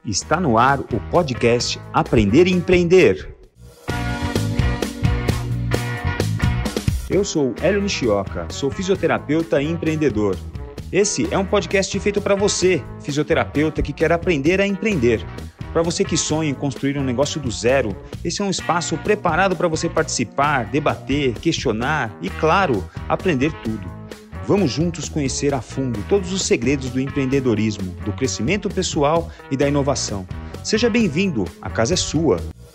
Está no ar o podcast Aprender e Empreender. Eu sou Hélio Nishioka, sou fisioterapeuta e empreendedor. Esse é um podcast feito para você, fisioterapeuta que quer aprender a empreender. Para você que sonha em construir um negócio do zero, esse é um espaço preparado para você participar, debater, questionar e, claro, aprender tudo. Vamos juntos conhecer a fundo todos os segredos do empreendedorismo, do crescimento pessoal e da inovação. Seja bem-vindo, a casa é sua.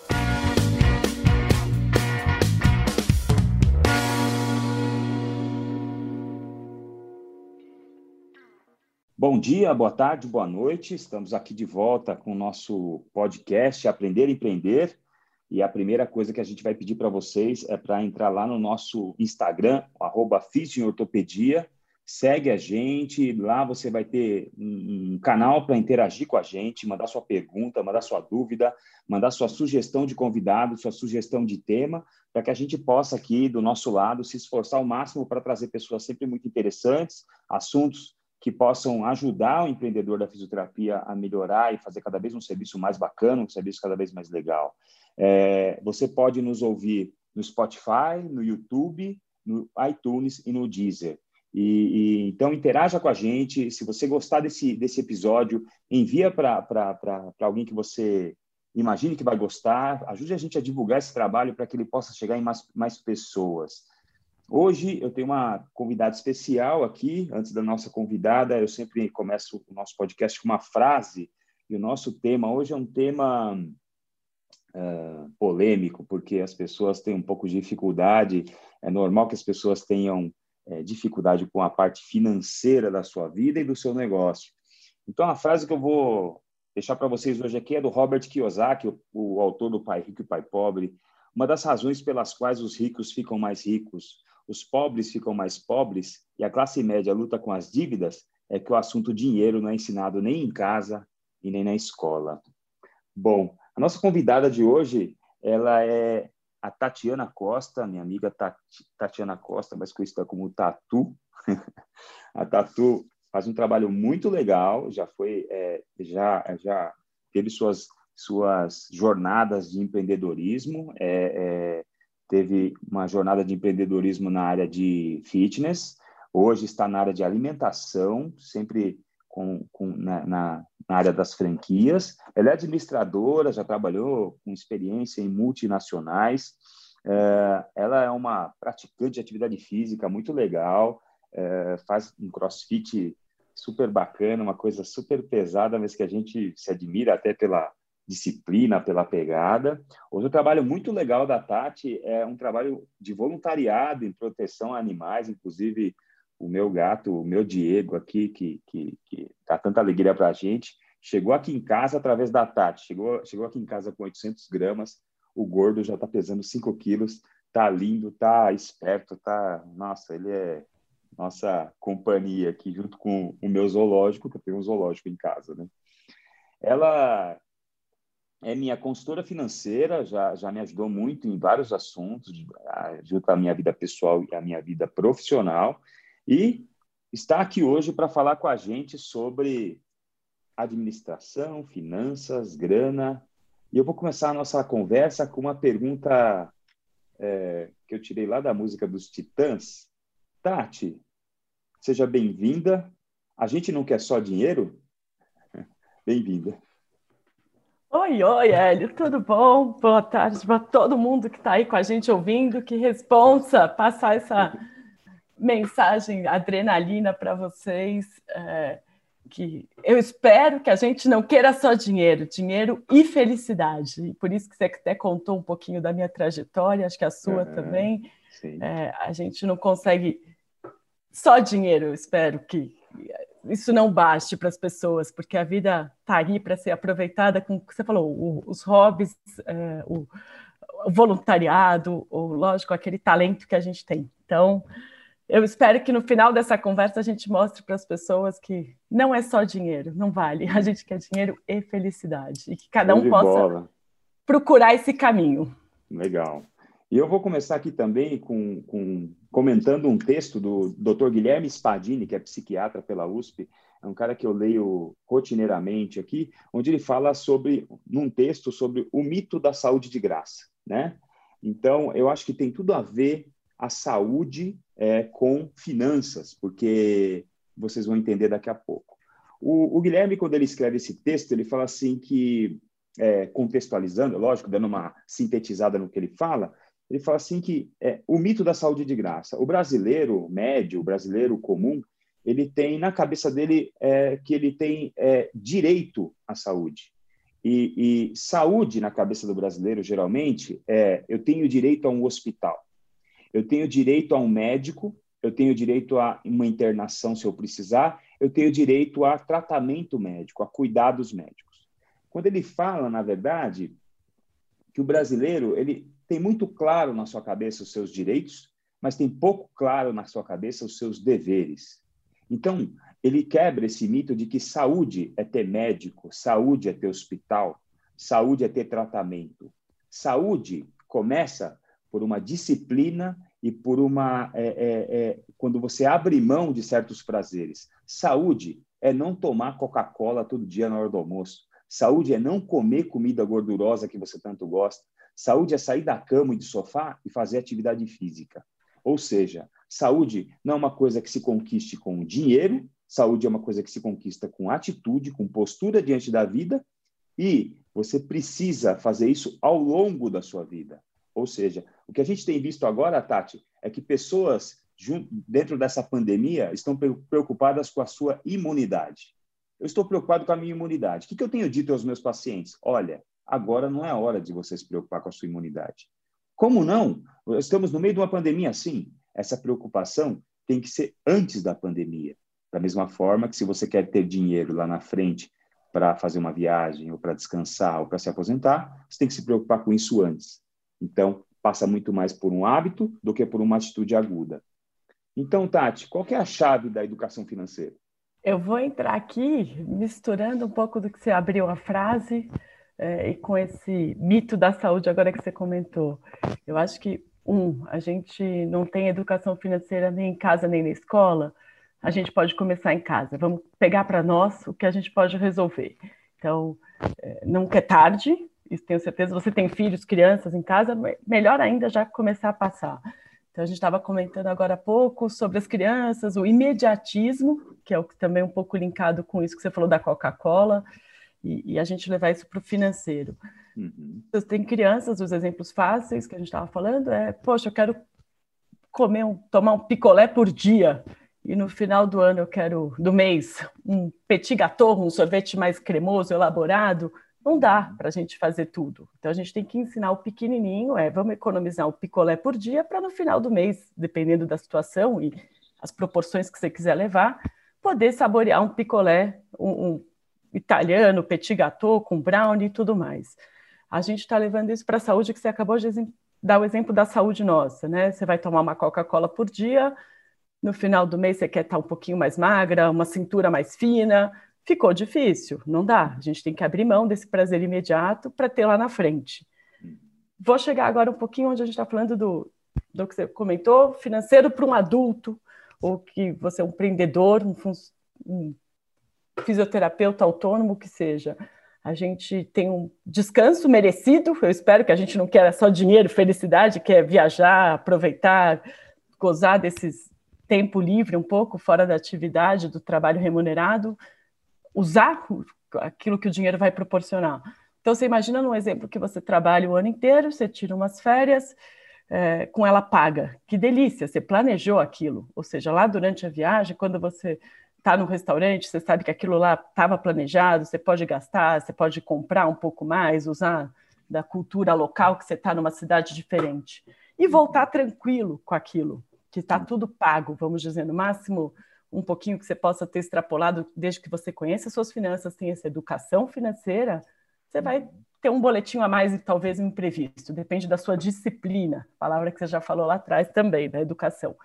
Bom dia, boa tarde, boa noite. Estamos aqui de volta com o nosso podcast Aprender e Empreender. E a primeira coisa que a gente vai pedir para vocês é para entrar lá no nosso Instagram, @fisioortopedia. Segue a gente, lá você vai ter um canal para interagir com a gente, mandar sua pergunta, mandar sua dúvida, mandar sua sugestão de convidado, sua sugestão de tema, para que a gente possa aqui, do nosso lado, se esforçar ao máximo para trazer pessoas sempre muito interessantes, assuntos que possam ajudar o empreendedor da fisioterapia a melhorar e fazer cada vez um serviço mais bacana, um serviço cada vez mais legal. Você pode nos ouvir no Spotify, no YouTube, no iTunes e no Deezer. Então, interaja com a gente. Se você gostar desse episódio, envia para alguém que você imagine que vai gostar. Ajude a gente a divulgar esse trabalho para que ele possa chegar em mais pessoas. Hoje eu tenho uma convidada especial aqui. Antes da nossa convidada, eu sempre começo o nosso podcast com uma frase. E o nosso tema hoje é um tema polêmico, porque as pessoas têm um pouco de dificuldade. É normal que as pessoas tenham dificuldade com a parte financeira da sua vida e do seu negócio. Então, a frase que eu vou deixar para vocês hoje aqui é do Robert Kiyosaki, o autor do Pai Rico e Pai Pobre. Uma das razões pelas quais os ricos ficam mais ricos, os pobres ficam mais pobres e a classe média luta com as dívidas é que o assunto dinheiro não é ensinado nem em casa e nem na escola. Bom, a nossa convidada de hoje, ela é a Tatiana Costa, minha amiga Tatiana Costa, mais conhecida como Tatu. A Tatu faz um trabalho muito legal, já teve suas jornadas de empreendedorismo, teve uma jornada de empreendedorismo na área de fitness, hoje está na área de alimentação, sempre na área das franquias. Ela é administradora, já trabalhou com experiência em multinacionais. Ela é uma praticante de atividade física muito legal, faz um crossfit super bacana, uma coisa super pesada, mas que a gente se admira até pela disciplina, pela pegada. Outro trabalho muito legal da Tati é um trabalho de voluntariado em proteção a animais, inclusive o meu gato, o meu Diego aqui, que dá tanta alegria para a gente, chegou aqui em casa através da Tati. Chegou aqui em casa com 800 gramas, o gordo já está pesando 5 quilos, está lindo, está esperto, nossa, ele é nossa companhia aqui, junto com o meu zoológico, que eu tenho um zoológico em casa, né? Ela é minha consultora financeira, já me ajudou muito em vários assuntos, junto à minha vida pessoal e à minha vida profissional, e está aqui hoje para falar com a gente sobre administração, finanças, grana. E eu vou começar a nossa conversa com uma pergunta que eu tirei lá da música dos Titãs. Tati, seja bem-vinda. A gente não quer só dinheiro? Bem-vinda. Oi, Hélio, tudo bom? Boa tarde para todo mundo que está aí com a gente ouvindo. Que responsa passar essa mensagem, adrenalina para vocês, que eu espero que a gente não queira só dinheiro e felicidade. E por isso que você até contou um pouquinho da minha trajetória, acho que a sua também. A gente não consegue só dinheiro, eu espero que isso não baste para as pessoas, porque a vida está aí para ser aproveitada com o que você falou, os hobbies, o voluntariado, lógico, aquele talento que a gente tem. Então, eu espero que no final dessa conversa a gente mostre para as pessoas que não é só dinheiro, não vale. A gente quer dinheiro e felicidade. E que cada um possa procurar esse caminho. Legal. E eu vou começar aqui também comentando um texto do Dr. Guilherme Spadini, que é psiquiatra pela USP. é um cara que eu leio rotineiramente aqui, onde ele fala num texto sobre o mito da saúde de graça, né? Então, eu acho que tem tudo a ver a saúde com finanças, porque vocês vão entender daqui a pouco. O Guilherme, quando ele escreve esse texto, ele fala assim que, contextualizando, lógico, dando uma sintetizada no que ele fala assim que o mito da saúde de graça. O brasileiro médio, o brasileiro comum, ele tem na cabeça dele que ele tem direito à saúde. E saúde, na cabeça do brasileiro, geralmente, eu tenho direito a um hospital, eu tenho direito a um médico, eu tenho direito a uma internação se eu precisar, eu tenho direito a tratamento médico, a cuidados médicos. Quando ele fala, na verdade, que o brasileiro ele tem muito claro na sua cabeça os seus direitos, mas tem pouco claro na sua cabeça os seus deveres. Então, ele quebra esse mito de que saúde é ter médico, saúde é ter hospital, saúde é ter tratamento. Saúde começa por uma disciplina e por quando você abre mão de certos prazeres. Saúde é não tomar Coca-Cola todo dia na hora do almoço. Saúde é não comer comida gordurosa que você tanto gosta. Saúde é sair da cama e do sofá e fazer atividade física. Ou seja, saúde não é uma coisa que se conquiste com dinheiro, saúde é uma coisa que se conquista com atitude, com postura diante da vida, e você precisa fazer isso ao longo da sua vida. Ou seja, o que a gente tem visto agora, Tati, é que pessoas, dentro dessa pandemia, estão preocupadas com a sua imunidade. Eu estou preocupado com a minha imunidade. O que eu tenho dito aos meus pacientes? Olha, agora não é hora de você se preocupar com a sua imunidade. Como não? Estamos no meio de uma pandemia, sim. Essa preocupação tem que ser antes da pandemia. Da mesma forma que se você quer ter dinheiro lá na frente para fazer uma viagem, ou para descansar, ou para se aposentar, você tem que se preocupar com isso antes. Então, passa muito mais por um hábito do que por uma atitude aguda. Então, Tati, qual que é a chave da educação financeira? Eu vou entrar aqui misturando um pouco do que você abriu a frase e com esse mito da saúde agora que você comentou. Eu acho que, a gente não tem educação financeira nem em casa nem na escola, a gente pode começar em casa. Vamos pegar para nós o que a gente pode resolver. Então, nunca é tarde, isso tenho certeza. Você tem filhos, crianças em casa, melhor ainda já começar a passar. Então, a gente estava comentando agora há pouco sobre as crianças, o imediatismo, que é também um pouco linkado com isso que você falou da Coca-Cola, e a gente levar isso para o financeiro. Uhum. Você tem crianças, os exemplos fáceis que a gente estava falando poxa, eu quero tomar um picolé por dia, e no final do ano do mês, um petit gâteau, um sorvete mais cremoso, elaborado. Não dá para a gente fazer tudo. Então, a gente tem que ensinar o pequenininho, vamos economizar um picolé por dia para no final do mês, dependendo da situação e as proporções que você quiser levar, poder saborear um picolé, um italiano, petit gâteau, com brownie e tudo mais. A gente está levando isso para a saúde, que você acabou de dar o exemplo da saúde nossa, né? Você vai tomar uma Coca-Cola por dia, no final do mês você quer estar um pouquinho mais magra, uma cintura mais fina. Ficou difícil, não dá. A gente tem que abrir mão desse prazer imediato para ter lá na frente. Vou chegar agora um pouquinho onde a gente está falando do que você comentou, financeiro para um adulto, ou que você é um empreendedor, um fisioterapeuta autônomo, que seja. A gente tem um descanso merecido, eu espero que a gente não queira só dinheiro, felicidade, quer viajar, aproveitar, gozar desses tempo livre um pouco, fora da atividade, do trabalho remunerado, usar aquilo que o dinheiro vai proporcionar. Então, você imagina num exemplo que você trabalha o ano inteiro, você tira umas férias, com ela paga. Que delícia, você planejou aquilo. Ou seja, lá durante a viagem, quando você está no restaurante, você sabe que aquilo lá estava planejado, você pode gastar, você pode comprar um pouco mais, usar da cultura local, que você está numa cidade diferente. E voltar tranquilo com aquilo, que está tudo pago, vamos dizer, no máximo um pouquinho que você possa ter extrapolado, desde que você conheça as suas finanças, tenha essa educação financeira, você vai ter um boletim a mais e talvez um imprevisto, depende da sua disciplina, palavra que você já falou lá atrás também, da educação.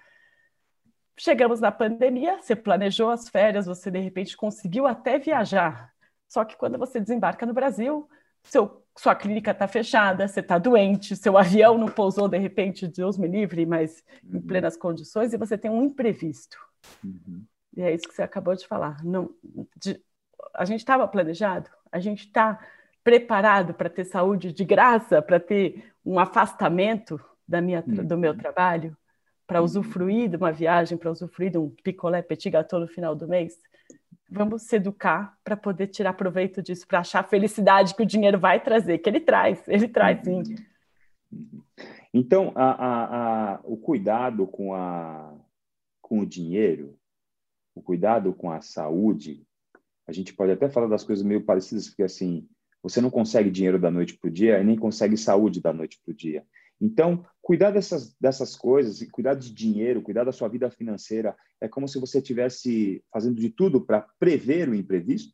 Chegamos na pandemia, você planejou as férias, você de repente conseguiu até viajar, só que quando você desembarca no Brasil, sua clínica está fechada, você está doente, seu avião não pousou de repente, Deus me livre, mas em plenas condições, e você tem um imprevisto. E é isso que você acabou de falar. Não, a gente estava planejado? A gente está preparado para ter saúde de graça, para ter um afastamento do meu trabalho, para usufruir de uma viagem, para usufruir de um picolé petit gâteau no final do mês? Vamos se educar para poder tirar proveito disso, para achar a felicidade que o dinheiro vai trazer, que ele traz sim. Então, o cuidado com o dinheiro, o cuidado com a saúde, a gente pode até falar das coisas meio parecidas, porque assim, você não consegue dinheiro da noite para o dia e nem consegue saúde da noite para o dia. Então, cuidar dessas coisas, cuidar de dinheiro, cuidar da sua vida financeira, é como se você estivesse fazendo de tudo para prever o imprevisto?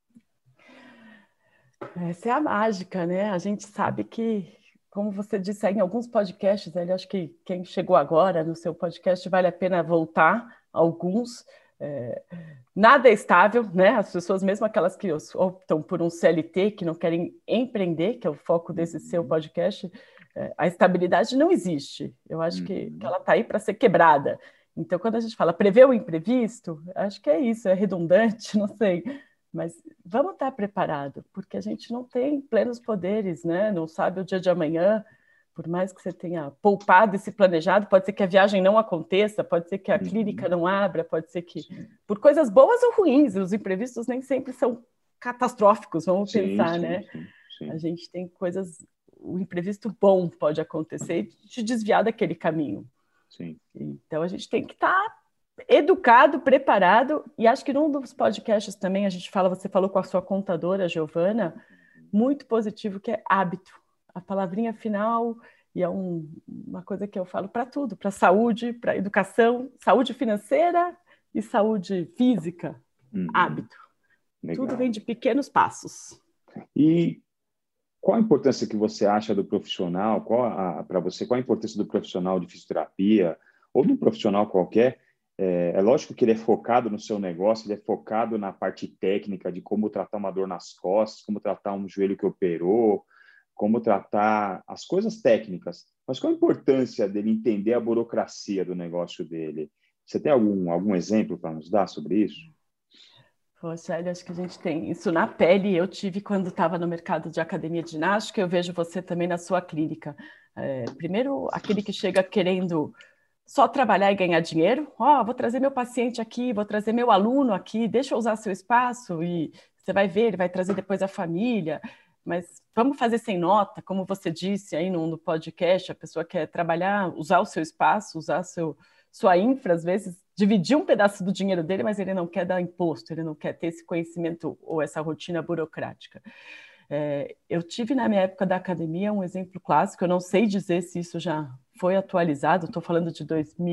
Essa é a mágica, né? A gente sabe que, como você disse aí em alguns podcasts, né, acho que quem chegou agora no seu podcast vale a pena voltar alguns. Nada é estável, né? As pessoas, mesmo aquelas que optam por um CLT, que não querem empreender, que é o foco desse seu podcast, a estabilidade não existe. Eu acho que ela está aí para ser quebrada. Então, quando a gente fala prever o imprevisto, acho que é isso, é redundante, não sei. Mas vamos estar preparados, porque a gente não tem plenos poderes, né? Não sabe o dia de amanhã. Por mais que você tenha poupado e se planejado, pode ser que a viagem não aconteça, pode ser que a clínica não abra, pode ser que... Por coisas boas ou ruins, os imprevistos nem sempre são catastróficos, vamos pensar, né? Sim. A gente tem coisas... O imprevisto bom pode acontecer e te desviar daquele caminho. Sim. Então, a gente tem que estar educado, preparado, e acho que num dos podcasts também a gente fala, você falou com a sua contadora, Giovana, muito positivo, que é hábito. A palavrinha final, e é uma coisa que eu falo para tudo, para saúde, para educação, saúde financeira e saúde física, hábito. Legal. Tudo vem de pequenos passos. E qual a importância que você acha do profissional, para você, qual a importância do profissional de fisioterapia, ou do profissional qualquer? É lógico que ele é focado no seu negócio, ele é focado na parte técnica de como tratar uma dor nas costas, como tratar um joelho que operou, como tratar as coisas técnicas. Mas qual a importância dele entender a burocracia do negócio dele? Você tem algum exemplo para nos dar sobre isso? Poxa, acho que a gente tem isso na pele. Eu tive quando estava no mercado de academia de ginástica, eu vejo você também na sua clínica. Primeiro, aquele que chega querendo só trabalhar e ganhar dinheiro. Vou trazer meu paciente aqui, vou trazer meu aluno aqui, deixa eu usar seu espaço e você vai ver, ele vai trazer depois a família. Mas vamos fazer sem nota, como você disse aí no podcast, a pessoa quer trabalhar, usar o seu espaço, usar sua infra, às vezes, dividir um pedaço do dinheiro dele, mas ele não quer dar imposto, ele não quer ter esse conhecimento ou essa rotina burocrática. Eu tive na minha época da academia um exemplo clássico, eu não sei dizer se isso já foi atualizado, estou falando de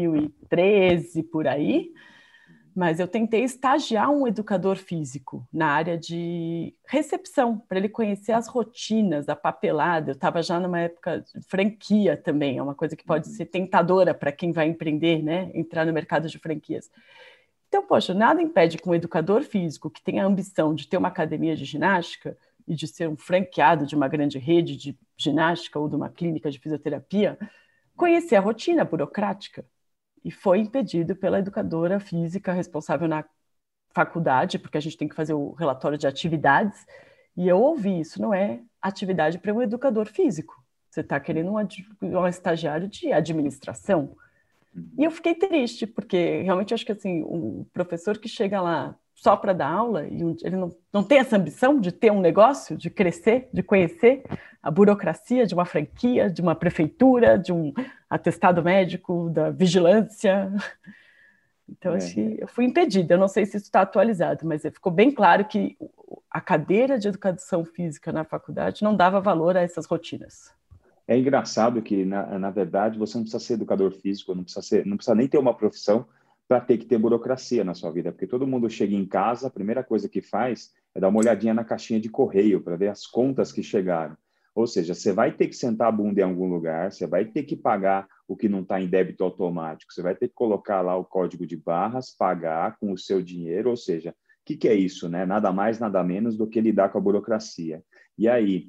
2013 por aí, mas eu tentei estagiar um educador físico na área de recepção, para ele conhecer as rotinas, a papelada. Eu estava já numa época de franquia também, é uma coisa que pode ser tentadora para quem vai empreender, né? Entrar no mercado de franquias. Então, poxa, nada impede que um educador físico que tenha a ambição de ter uma academia de ginástica e de ser um franqueado de uma grande rede de ginástica ou de uma clínica de fisioterapia, conhecer a rotina burocrática. E foi impedido pela educadora física responsável na faculdade, porque a gente tem que fazer o relatório de atividades, e eu ouvi, isso não é atividade para um educador físico, você está querendo um estagiário de administração. E eu fiquei triste, porque realmente acho que assim, o professor que chega lá só para dar aula, e ele não tem essa ambição de ter um negócio, de crescer, de conhecer a burocracia de uma franquia, de uma prefeitura, de um atestado médico, da vigilância. Então, acho que eu fui impedida. Eu não sei se isso está atualizado, mas ficou bem claro que a cadeira de educação física na faculdade não dava valor a essas rotinas. É engraçado que, na verdade, você não precisa ser educador físico, não precisa nem ter uma profissão para ter que ter burocracia na sua vida, porque todo mundo chega em casa, a primeira coisa que faz é dar uma olhadinha na caixinha de correio para ver as contas que chegaram. Ou seja, você vai ter que sentar a bunda em algum lugar, você vai ter que pagar o que não está em débito automático, você vai ter que colocar lá o código de barras, pagar com o seu dinheiro, ou seja, o que é isso, né? Nada mais, nada menos do que lidar com a burocracia. E aí,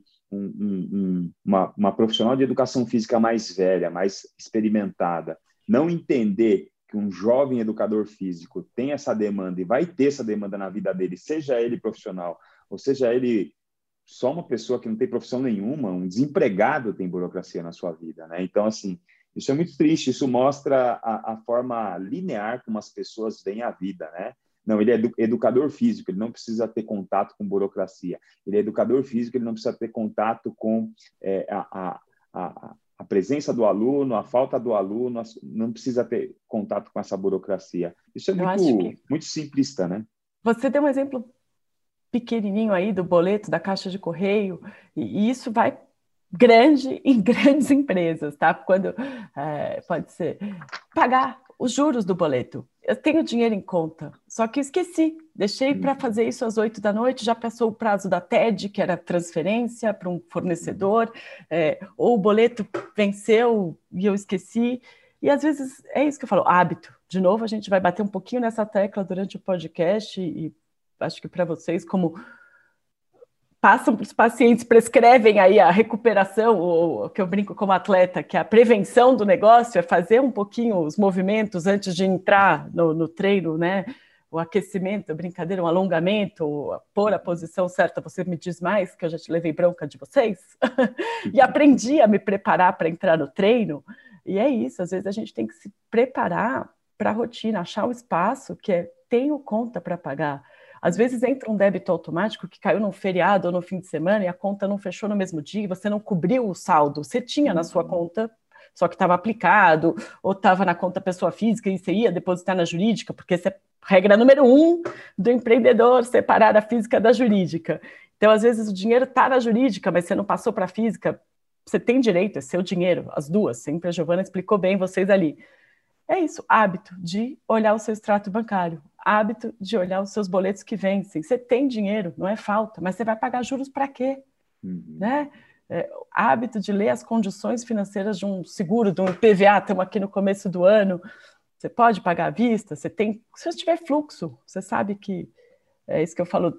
uma profissional de educação física mais velha, mais experimentada, não entender que um jovem educador físico tem essa demanda e vai ter essa demanda na vida dele, seja ele profissional, ou seja ele só uma pessoa que não tem profissão nenhuma, um desempregado tem burocracia na sua vida, né? Então, assim, isso é muito triste, isso mostra a forma linear como as pessoas veem a vida, né? Não, ele é educador físico, ele não precisa ter contato com burocracia. Ele é educador físico, ele não precisa ter contato com a presença do aluno, a falta do aluno, não precisa ter contato com essa burocracia. Isso é muito simplista, né? Você deu um exemplo pequenininho aí do boleto da caixa de correio, e isso vai grande em grandes empresas, tá? Quando pode ser pagar os juros do boleto. Eu tenho dinheiro em conta, só que esqueci. Deixei para fazer isso às 8 da noite, já passou o prazo da TED, que era transferência para um fornecedor, ou o boleto venceu e eu esqueci. E às vezes é isso que eu falo, hábito. De novo, a gente vai bater um pouquinho nessa tecla durante o podcast e acho que para vocês, como passam para os pacientes, prescrevem aí a recuperação, ou que eu brinco como atleta, que a prevenção do negócio é fazer um pouquinho os movimentos antes de entrar no treino, né? O aquecimento, a brincadeira, um alongamento, pôr a posição certa, você me diz mais, que eu já te levei bronca de vocês, e aprendi a me preparar para entrar no treino, e é isso, às vezes a gente tem que se preparar para a rotina, achar um espaço que tenho conta para pagar. Às vezes entra um débito automático que caiu num feriado ou no fim de semana e a conta não fechou no mesmo dia, você não cobriu o saldo, você tinha na sua conta, só que estava aplicado, ou estava na conta pessoa física e você ia depositar na jurídica, porque essa é a regra número 1 do empreendedor, separar a física da jurídica. Então, às vezes, o dinheiro está na jurídica, mas você não passou para a física, você tem direito, é seu dinheiro, as duas, sempre a Giovana explicou bem vocês ali. É isso, hábito de olhar o seu extrato bancário, hábito de olhar os seus boletos que vencem. Você tem dinheiro, não é falta, mas você vai pagar juros para quê? Né? Hábito de ler as condições financeiras de um seguro, de um IPVA, estamos aqui no começo do ano, você pode pagar à vista, se você tiver fluxo, você sabe que é isso que eu falo,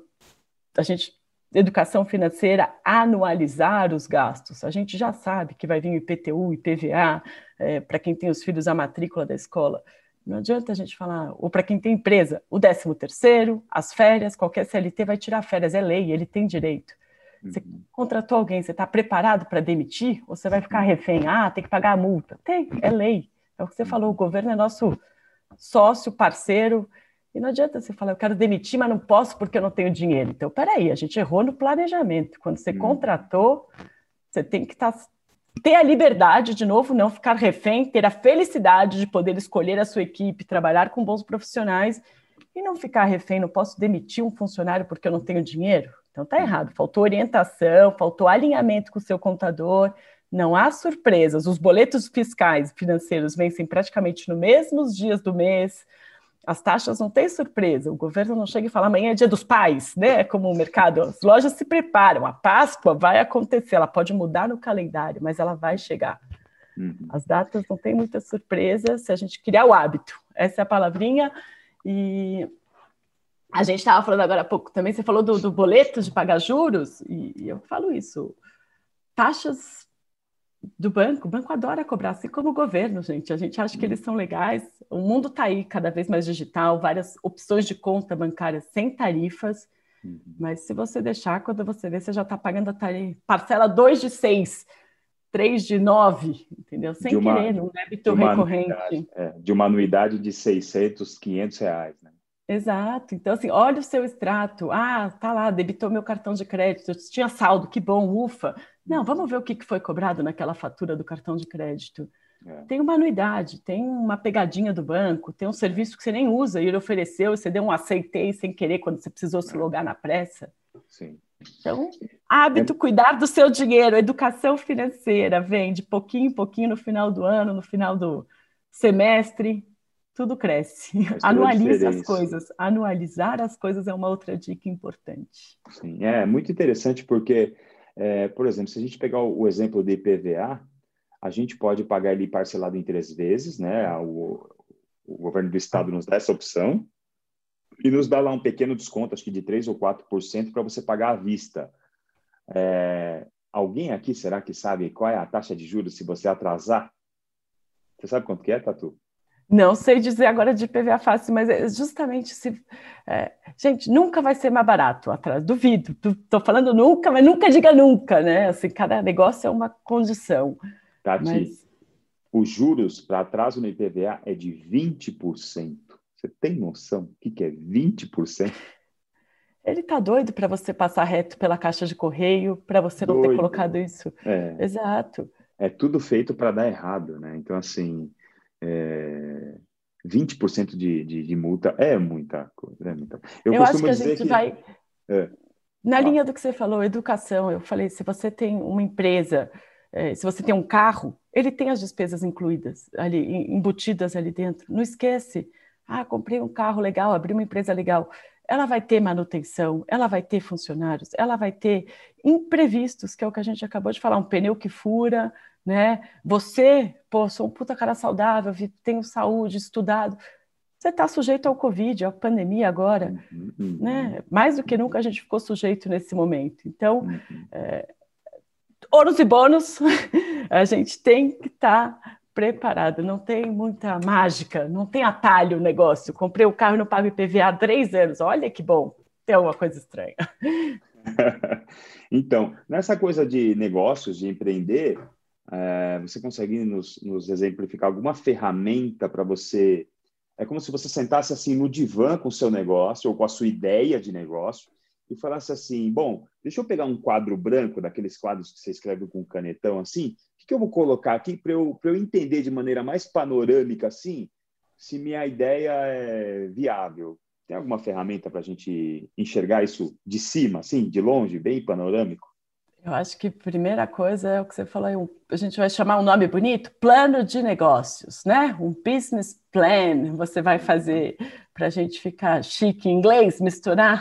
educação financeira, anualizar os gastos. A gente já sabe que vai vir o IPTU, IPVA, para quem tem os filhos, a matrícula da escola. Não adianta a gente falar, ou para quem tem empresa, o 13º, as férias, qualquer CLT vai tirar férias, é lei, ele tem direito. Você contratou alguém, você está preparado para demitir? Ou você vai ficar refém? Tem que pagar a multa. Tem, é lei. É o que você falou, o governo é nosso sócio, parceiro, e não adianta você falar, eu quero demitir, mas não posso porque eu não tenho dinheiro. Então, peraí, a gente errou no planejamento. Quando você contratou, você tem que ter a liberdade, de novo, não ficar refém, ter a felicidade de poder escolher a sua equipe, trabalhar com bons profissionais e não ficar refém, não posso demitir um funcionário porque eu não tenho dinheiro. Então, tá errado. Faltou orientação, faltou alinhamento com o seu contador, não há surpresas. Os boletos fiscais e financeiros vencem praticamente nos mesmos dias do mês. As taxas não têm surpresa, o governo não chega e fala amanhã é dia dos pais, né? Como o mercado, as lojas se preparam, a Páscoa vai acontecer, ela pode mudar no calendário, mas ela vai chegar. As datas não tem muita surpresa se a gente criar o hábito, essa é a palavrinha. E a gente estava falando agora há pouco também, você falou do boleto de pagar juros, e eu falo isso, taxas do banco, o banco adora cobrar, assim como o governo, gente. A gente acha que eles são legais. O mundo está aí cada vez mais digital, várias opções de conta bancária sem tarifas. Mas se você deixar, quando você vê, você já está pagando a parcela 2 de 6, 3 de 9, entendeu? Sem querer, num débito recorrente. De uma anuidade de 600, 500 reais, né? Exato. Então, assim, olha o seu extrato. Tá lá, debitou meu cartão de crédito, tinha saldo, que bom, ufa. Não, vamos ver o que foi cobrado naquela fatura do cartão de crédito. Tem uma anuidade, tem uma pegadinha do banco, tem um serviço que você nem usa e ele ofereceu, e você deu um aceitei sem querer quando você precisou se logar na pressa. Sim. Então, hábito, cuidar do seu dinheiro, educação financeira, vem de pouquinho em pouquinho no final do ano, no final do semestre, tudo cresce. Anualize as coisas. Anualizar as coisas é uma outra dica importante. Sim, é muito interessante porque, por exemplo, se a gente pegar o exemplo de IPVA, a gente pode pagar ele parcelado em 3 vezes, né? O governo do estado nos dá essa opção e nos dá lá um pequeno desconto, acho que de 3 ou 4% para você pagar à vista. Alguém aqui, será que sabe qual é a taxa de juros se você atrasar? Você sabe quanto que é, Tatu? Não sei dizer agora de IPVA fácil, mas é justamente se... gente, nunca vai ser mais barato atrás, duvido. Estou falando nunca, mas nunca diga nunca, né? Assim, cada negócio é uma condição. Tati, Mas os juros para atraso no IPVA é de 20%. Você tem noção do que é 20%? ele está doido para você passar reto pela caixa de correio, para você não ter Doido. colocado isso. É, Exato. é tudo feito para dar errado, né? Então, assim, 20% de multa é muita coisa, é muita. Eu Eu acho costumo que a dizer gente que... vai É, na fala. linha do que você falou, educação. Eu falei, se você tem uma empresa, se você tem um carro, ele tem as despesas incluídas ali, embutidas ali dentro. Não esquece. Ah, comprei um carro legal, abri uma empresa legal. Ela vai ter manutenção, ela vai ter funcionários, ela vai ter imprevistos, que é o que a gente acabou de falar, um pneu que fura, né? Você, pô, sou um puta cara saudável, tenho saúde, estudado. Você está sujeito ao Covid, à pandemia agora, Uhum, uhum, né? Mais do que nunca uhum, a gente ficou sujeito nesse momento. Então, uhum. ônus e bônus, a gente tem que estar preparado. Não tem muita mágica, não tem atalho o negócio. Comprei o carro e não pago IPVA há 3 anos. Olha que bom, tem alguma coisa estranha. Então, nessa coisa de negócios, de empreender, você consegue nos exemplificar alguma ferramenta para você? É como se você sentasse assim no divã com o seu negócio ou com a sua ideia de negócio e falasse assim: bom, deixa eu pegar um quadro branco, daqueles quadros que você escreve com um canetão assim, o que eu vou colocar aqui para eu entender de maneira mais panorâmica assim, se minha ideia é viável? Tem alguma ferramenta para a gente enxergar isso de cima, assim, de longe, bem panorâmico? Eu acho que a primeira coisa é o que você falou, a gente vai chamar um nome bonito, plano de negócios, né? Um business plan, você vai fazer para a gente ficar chique em inglês, misturar.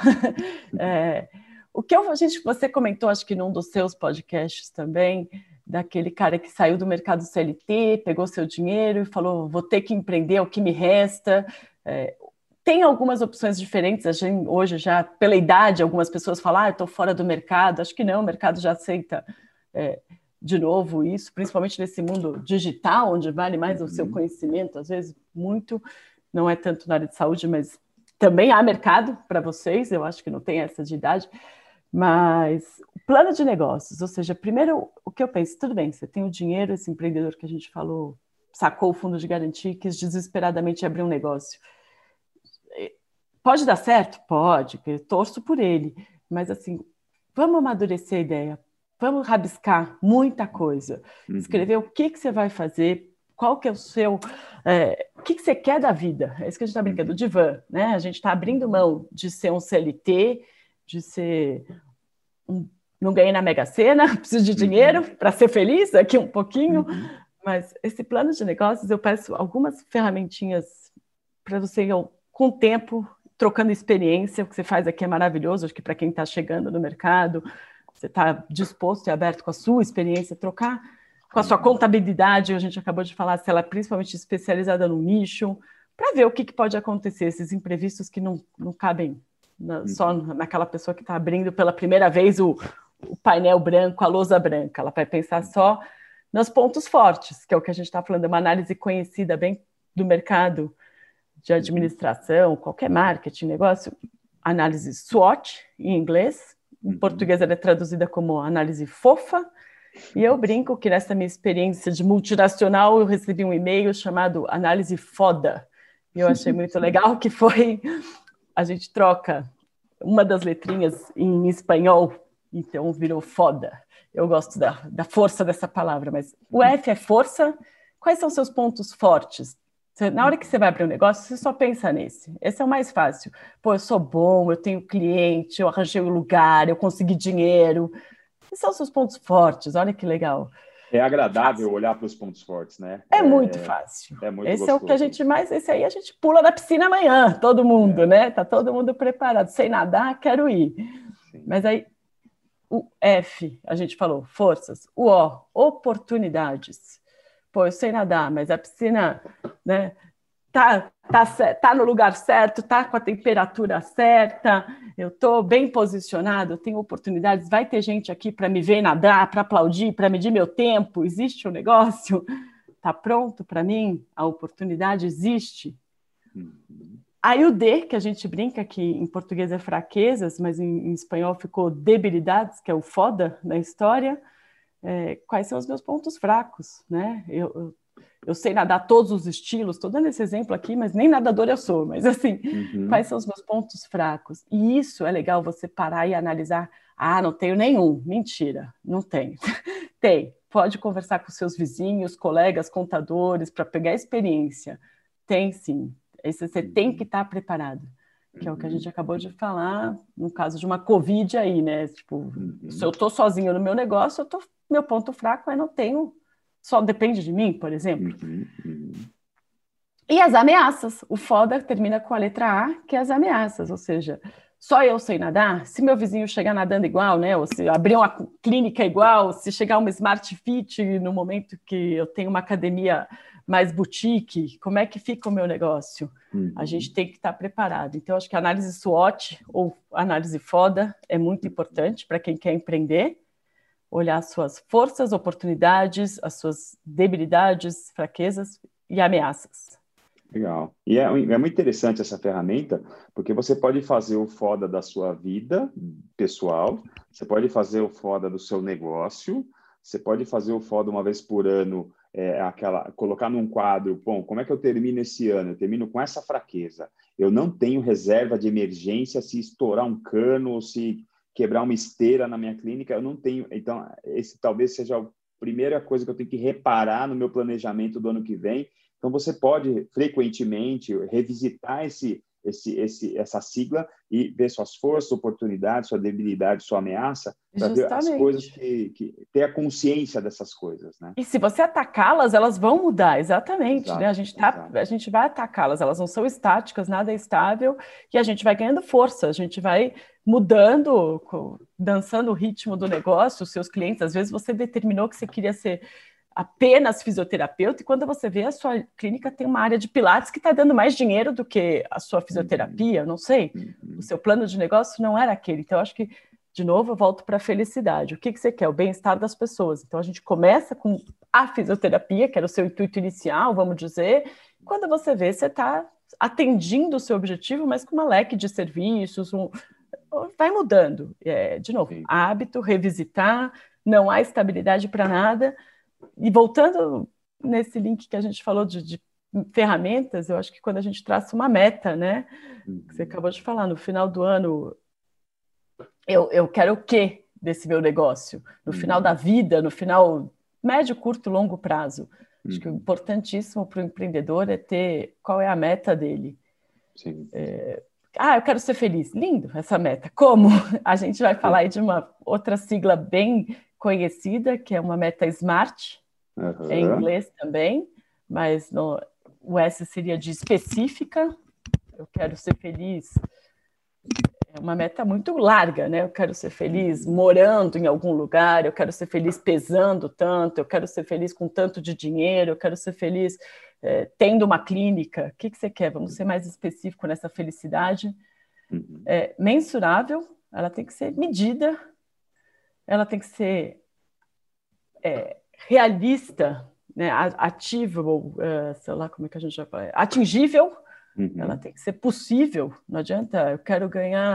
O que você comentou, acho que num dos seus podcasts também, daquele cara que saiu do mercado CLT, pegou seu dinheiro e falou, vou ter que empreender, é o que me resta. É, tem algumas opções diferentes. A gente, hoje, já pela idade, algumas pessoas falam, eu estou fora do mercado. Acho que não, o mercado já aceita de novo isso, principalmente nesse mundo digital, onde vale mais o seu Uhum. conhecimento, às vezes muito, não é tanto na área de saúde, mas também há mercado para vocês, eu acho que não tem essa de idade. Mas o plano de negócios, ou seja, primeiro o que eu penso, tudo bem, você tem o dinheiro, esse empreendedor que a gente falou, sacou o fundo de garantia, quis desesperadamente abrir um negócio. Pode dar certo? Pode, eu torço por ele. Mas, assim, vamos amadurecer a ideia, vamos rabiscar muita coisa, Uhum. escrever o que você vai fazer, qual que é o seu... o que você quer da vida? É isso que a gente está brincando, o Uhum. divã, né? A gente está abrindo Uhum. mão de ser um CLT, de ser... não ganhei na Mega Sena, preciso de dinheiro Uhum. para ser feliz aqui um pouquinho, Uhum. mas esse plano de negócios, eu peço algumas ferramentinhas para você, com o tempo, trocando experiência. O que você faz aqui é maravilhoso. Acho que para quem está chegando no mercado, você está disposto e aberto com a sua experiência, trocar com a sua Uhum. contabilidade. A gente acabou de falar se ela é principalmente especializada no nicho, para ver o que pode acontecer, esses imprevistos que não cabem só Uhum. naquela pessoa que está abrindo pela primeira vez o painel branco, a lousa branca. Ela vai pensar Uhum. só nos pontos fortes, que é o que a gente está falando, é uma análise conhecida bem do mercado de Uhum. administração, qualquer marketing, negócio, análise SWOT em inglês, em Uhum. português ela é traduzida como análise fofa, e eu brinco que nessa minha experiência de multinacional eu recebi um e-mail chamado análise foda, e eu achei muito legal que foi, a gente troca uma das letrinhas em espanhol, então virou foda. Eu gosto da força dessa palavra, mas o F é força. Quais são seus pontos fortes? Na hora que você vai abrir um negócio, você só pensa nesse. Esse é o mais fácil. Pô, eu sou bom, eu tenho cliente, eu arranjei o lugar, eu consegui dinheiro. Esses são os seus pontos fortes, olha que legal. É agradável Fácil. olhar para os pontos fortes, né? É muito fácil. É muito Esse é o que a gostoso. gente mais. Esse aí a gente pula da piscina amanhã, todo mundo, É, né? Tá todo mundo preparado. Sem nadar, quero ir. sim. Mas aí o F, a gente falou, forças. O O, oportunidades. Pô, eu sei nadar, mas a piscina, né, tá no lugar certo, tá com a temperatura certa, eu tô bem posicionado, eu tenho oportunidades, vai ter gente aqui para me ver nadar, para aplaudir, para medir meu tempo, existe um negócio? Está pronto para mim? A oportunidade existe? Uhum. Aí o D, que a gente brinca que em português é fraquezas, mas em espanhol ficou debilidades, que é o foda na história. Quais são os meus pontos fracos, né? Eu sei nadar todos os estilos, estou dando esse exemplo aqui, mas nem nadador eu sou, mas assim, quais são os meus pontos fracos? E isso é legal você parar e analisar. Ah, não tenho nenhum. Mentira, não tenho. Tem. Pode conversar com seus vizinhos, colegas, contadores, para pegar experiência. Tem sim. Esse você tem que estar preparado, que é o que a gente acabou de falar, no caso de uma Covid aí, né? Tipo, se eu estou sozinho no meu negócio, meu ponto fraco é não tenho, só depende de mim, por exemplo. E as ameaças. O foda termina com a letra A, que é as ameaças, ou seja, só eu sei nadar? Se meu vizinho chegar nadando igual, né? Ou se abrir uma clínica igual, se chegar uma Smart Fit no momento que eu tenho uma academia mais boutique, como é que fica o meu negócio? A gente tem que estar preparado. Então, acho que a análise SWOT ou análise FODA é muito importante para quem quer empreender, olhar as suas forças, oportunidades, as suas debilidades, fraquezas e ameaças. Legal. E é muito interessante essa ferramenta, porque você pode fazer o FODA da sua vida pessoal, você pode fazer o FODA do seu negócio, você pode fazer o FODA uma vez por ano, colocar num quadro, bom, como é que eu termino esse ano? Eu termino com essa fraqueza. Eu não tenho reserva de emergência se estourar um cano ou se quebrar uma esteira na minha clínica, eu não tenho. Então, esse talvez seja a primeira coisa que eu tenho que reparar no meu planejamento do ano que vem. Então, você pode, frequentemente, revisitar essa sigla e ver suas forças, oportunidades, sua debilidade, sua ameaça, para ver as coisas ter a consciência dessas coisas, né? E se você atacá-las, elas vão mudar, exatamente, Exato, né? A gente vai atacá-las, elas não são estáticas, nada é estável, e a gente vai ganhando força, a gente vai mudando, dançando o ritmo do negócio, os seus clientes. Às vezes você determinou que você queria ser apenas fisioterapeuta, e quando você vê, a sua clínica tem uma área de pilates que está dando mais dinheiro do que a sua fisioterapia, não sei. O seu plano de negócio não era aquele. Então, eu acho que, de novo, eu volto para a felicidade. O que você quer? O bem-estar das pessoas. Então, a gente começa com a fisioterapia, que era o seu intuito inicial, vamos dizer. Quando você vê, você está atendindo o seu objetivo, mas com uma leque de serviços, vai mudando. De novo, hábito, revisitar, não há estabilidade para nada. E voltando nesse link que a gente falou de ferramentas, eu acho que quando a gente traça uma meta, né? Que você acabou de falar, no final do ano, eu quero o quê desse meu negócio? No final da vida, no final médio, curto, longo prazo. Acho que o importantíssimo para o empreendedor é ter qual é a meta dele. Sim. Eu quero ser feliz. Lindo essa meta. Como? A gente vai falar aí de uma outra sigla bem conhecida, que é uma meta SMART, em inglês também, mas o S seria de específica. Eu quero ser feliz. É uma meta muito larga, né? Eu quero ser feliz morando em algum lugar, eu quero ser feliz pesando tanto, eu quero ser feliz com tanto de dinheiro, eu quero ser feliz tendo uma clínica. O que você quer? Vamos ser mais específico nessa felicidade. Mensurável, ela tem que ser medida, ela tem que ser realista, né? Atível, sei lá como é que a gente vai falar, atingível. Ela tem que ser possível. Não adianta, eu quero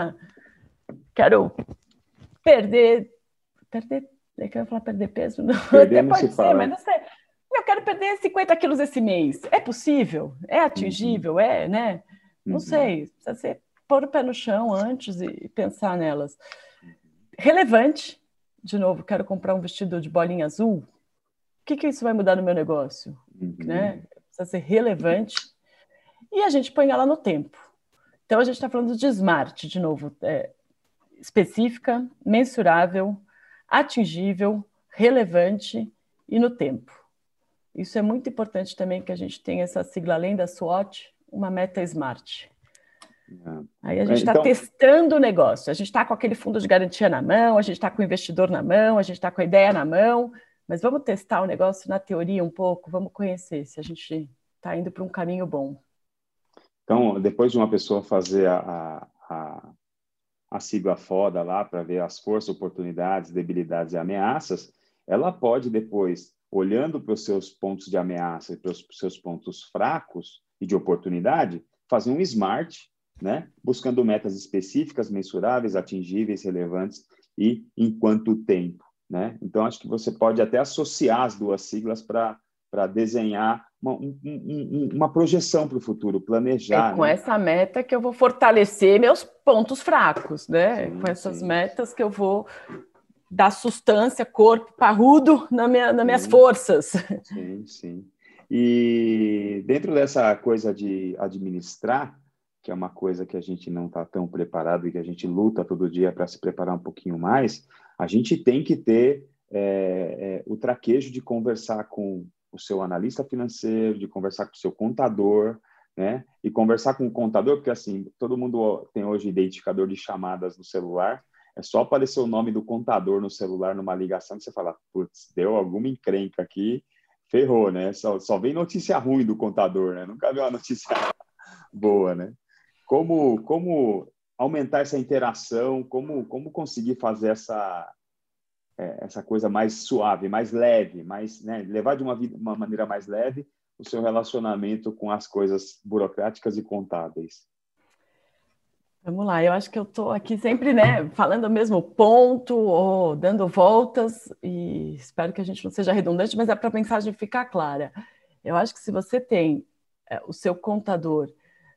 perder, eu quero falar perder peso, não, até pode ser, mas não sei. Eu quero perder 50 quilos esse mês. É possível? É atingível? Né? Não sei. Precisa ser pôr o pé no chão antes e pensar nelas. Relevante. De novo, quero comprar um vestido de bolinha azul. O que isso vai mudar no meu negócio? Né? Precisa ser relevante. E a gente põe ela no tempo. Então, a gente está falando de SMART, de novo. Específica, mensurável, atingível, relevante e no tempo. Isso é muito importante também, que a gente tenha essa sigla, além da SWOT, uma meta SMART. Aí a gente está testando o negócio, a gente está com aquele fundo de garantia na mão, a gente está com o investidor na mão, a gente está com a ideia na mão, mas vamos testar o negócio na teoria um pouco, vamos conhecer se a gente está indo para um caminho bom. Então, depois de uma pessoa fazer a sigla FODA lá para ver as forças, oportunidades, debilidades e ameaças, ela pode depois olhando para os seus pontos de ameaça e para os seus pontos fracos e de oportunidade, fazer um SMART, né? Buscando metas específicas, mensuráveis, atingíveis, relevantes e em quanto tempo, né? Então, acho que você pode até associar as duas siglas para desenhar uma projeção para o futuro, planejar. Com né? essa meta que eu vou fortalecer meus pontos fracos, né? Sim, Com essas sim. metas que eu vou dar sustância, corpo parrudo nas minhas forças. Sim, sim. E dentro dessa coisa de administrar, que é uma coisa que a gente não está tão preparado e que a gente luta todo dia para se preparar um pouquinho mais, a gente tem que ter o traquejo de conversar com o seu analista financeiro, de conversar com o seu contador, né? E conversar com o contador, porque assim, todo mundo tem hoje identificador de chamadas no celular, é só aparecer o nome do contador no celular numa ligação que você fala, putz, deu alguma encrenca aqui, ferrou, né? Só vem notícia ruim do contador, né? Nunca veio uma notícia boa, né? Como aumentar essa interação, como conseguir fazer essa coisa mais suave, mais leve, mais, né? Levar de uma maneira mais leve o seu relacionamento com as coisas burocráticas e contábeis. Vamos lá, eu acho que eu estou aqui sempre, né, falando o mesmo ponto ou dando voltas, e espero que a gente não seja redundante, mas é para a mensagem ficar clara. Eu acho que se você tem o seu contador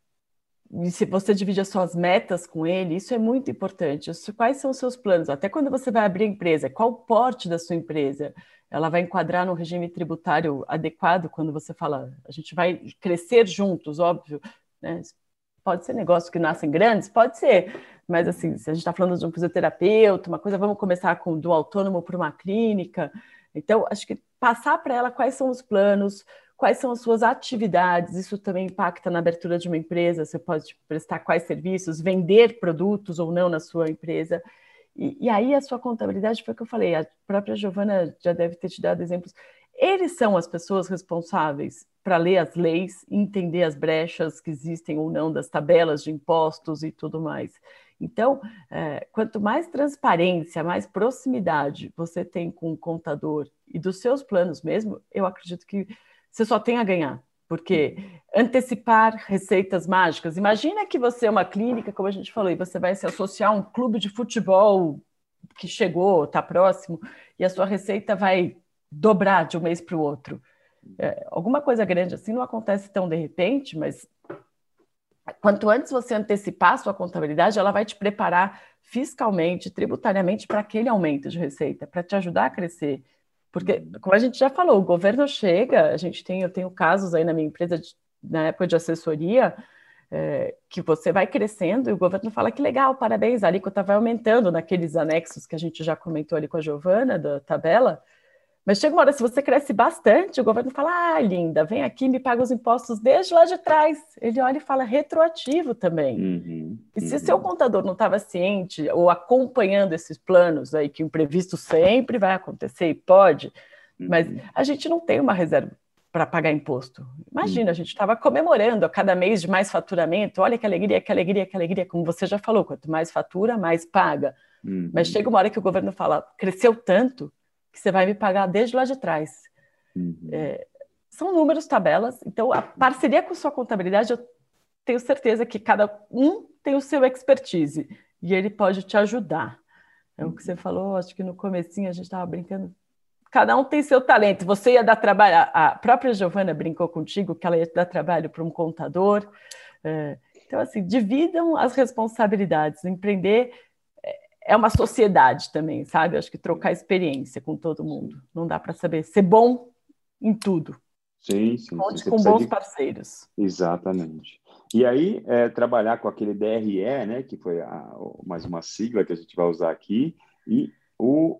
e se você divide as suas metas com ele, isso é muito importante. Quais são os seus planos? Até quando você vai abrir a empresa, qual o porte da sua empresa? Ela vai enquadrar no regime tributário adequado quando você fala, a gente vai crescer juntos, óbvio, né? Pode ser negócios que nascem grandes, pode ser, mas assim, se a gente está falando de um fisioterapeuta, uma coisa, vamos começar do autônomo para uma clínica. Então, acho que passar para ela quais são os planos, quais são as suas atividades, isso também impacta na abertura de uma empresa, você pode prestar quais serviços, vender produtos ou não na sua empresa. E aí a sua contabilidade, foi o que eu falei, a própria Giovana já deve ter te dado exemplos, eles são as pessoas responsáveis para ler as leis, entender as brechas que existem ou não das tabelas de impostos e tudo mais. Então, quanto mais transparência, mais proximidade você tem com o contador e dos seus planos mesmo, eu acredito que você só tem a ganhar, porque antecipar receitas mágicas. Imagina que você é uma clínica, como a gente falou, e você vai se associar a um clube de futebol que chegou, está próximo, e a sua receita vai dobrar de um mês para o outro. Alguma coisa grande assim não acontece tão de repente, mas quanto antes você antecipar a sua contabilidade, ela vai te preparar fiscalmente, tributariamente para aquele aumento de receita, para te ajudar a crescer. Porque, como a gente já falou, o governo chega, eu tenho casos aí na minha empresa, na época de assessoria, que você vai crescendo e o governo fala que legal, parabéns, a alíquota vai aumentando naqueles anexos que a gente já comentou ali com a Giovana, da tabela, mas chega uma hora, se você cresce bastante, o governo fala, linda, vem aqui, me paga os impostos desde lá de trás. Ele olha e fala retroativo também. E se seu contador não estava ciente ou acompanhando esses planos aí, que o imprevisto sempre vai acontecer e pode, mas a gente não tem uma reserva para pagar imposto. Imagina, a gente estava comemorando a cada mês de mais faturamento, olha que alegria, que alegria, que alegria, como você já falou, quanto mais fatura, mais paga. Mas chega uma hora que o governo fala, cresceu tanto, que você vai me pagar desde lá de trás. São números, tabelas, então a parceria com sua contabilidade, eu tenho certeza que cada um tem o seu expertise, e ele pode te ajudar. É o que você falou, acho que no comecinho a gente estava brincando, cada um tem seu talento, você ia dar trabalho, a própria Giovana brincou contigo que ela ia dar trabalho para um contador, então assim, dividam as responsabilidades, empreender é uma sociedade também, sabe? Acho que trocar experiência com todo mundo. Não dá para saber ser bom em tudo. Sim. Conte com bons parceiros. Exatamente. E aí, trabalhar com aquele DRE, né, que foi mais uma sigla que a gente vai usar aqui, e o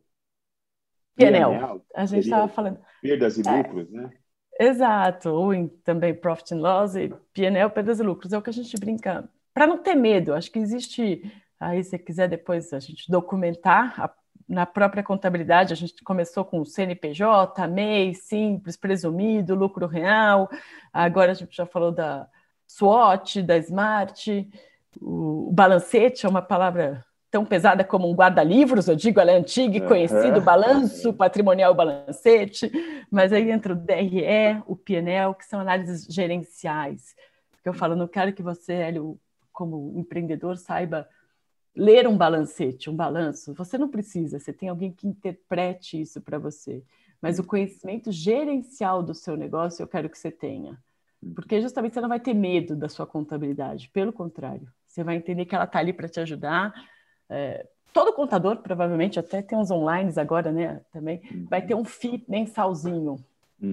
PNL. A gente estava falando. Perdas e lucros, né? Exato. Ou também Profit and Loss e PNL, perdas e lucros. É o que a gente brinca. Para não ter medo, acho que existe... Aí, se quiser depois a gente documentar, na própria contabilidade, a gente começou com o CNPJ, MEI, Simples, Presumido, Lucro Real, agora a gente já falou da SWOT, da SMART, o balancete é uma palavra tão pesada como um guarda-livros, eu digo, ela é antiga e conhecida, o balanço patrimonial, o balancete, mas aí entra o DRE, o PNL, que são análises gerenciais. Porque eu falo, não quero que você, Hélio, como empreendedor, saiba ler um balancete, um balanço. Você não precisa, você tem alguém que interprete isso para você. Mas o conhecimento gerencial do seu negócio eu quero que você tenha. Porque justamente você não vai ter medo da sua contabilidade. Pelo contrário, você vai entender que ela está ali para te ajudar. Todo contador, provavelmente, até tem uns online agora, né? Também vai ter um FII mensalzinho.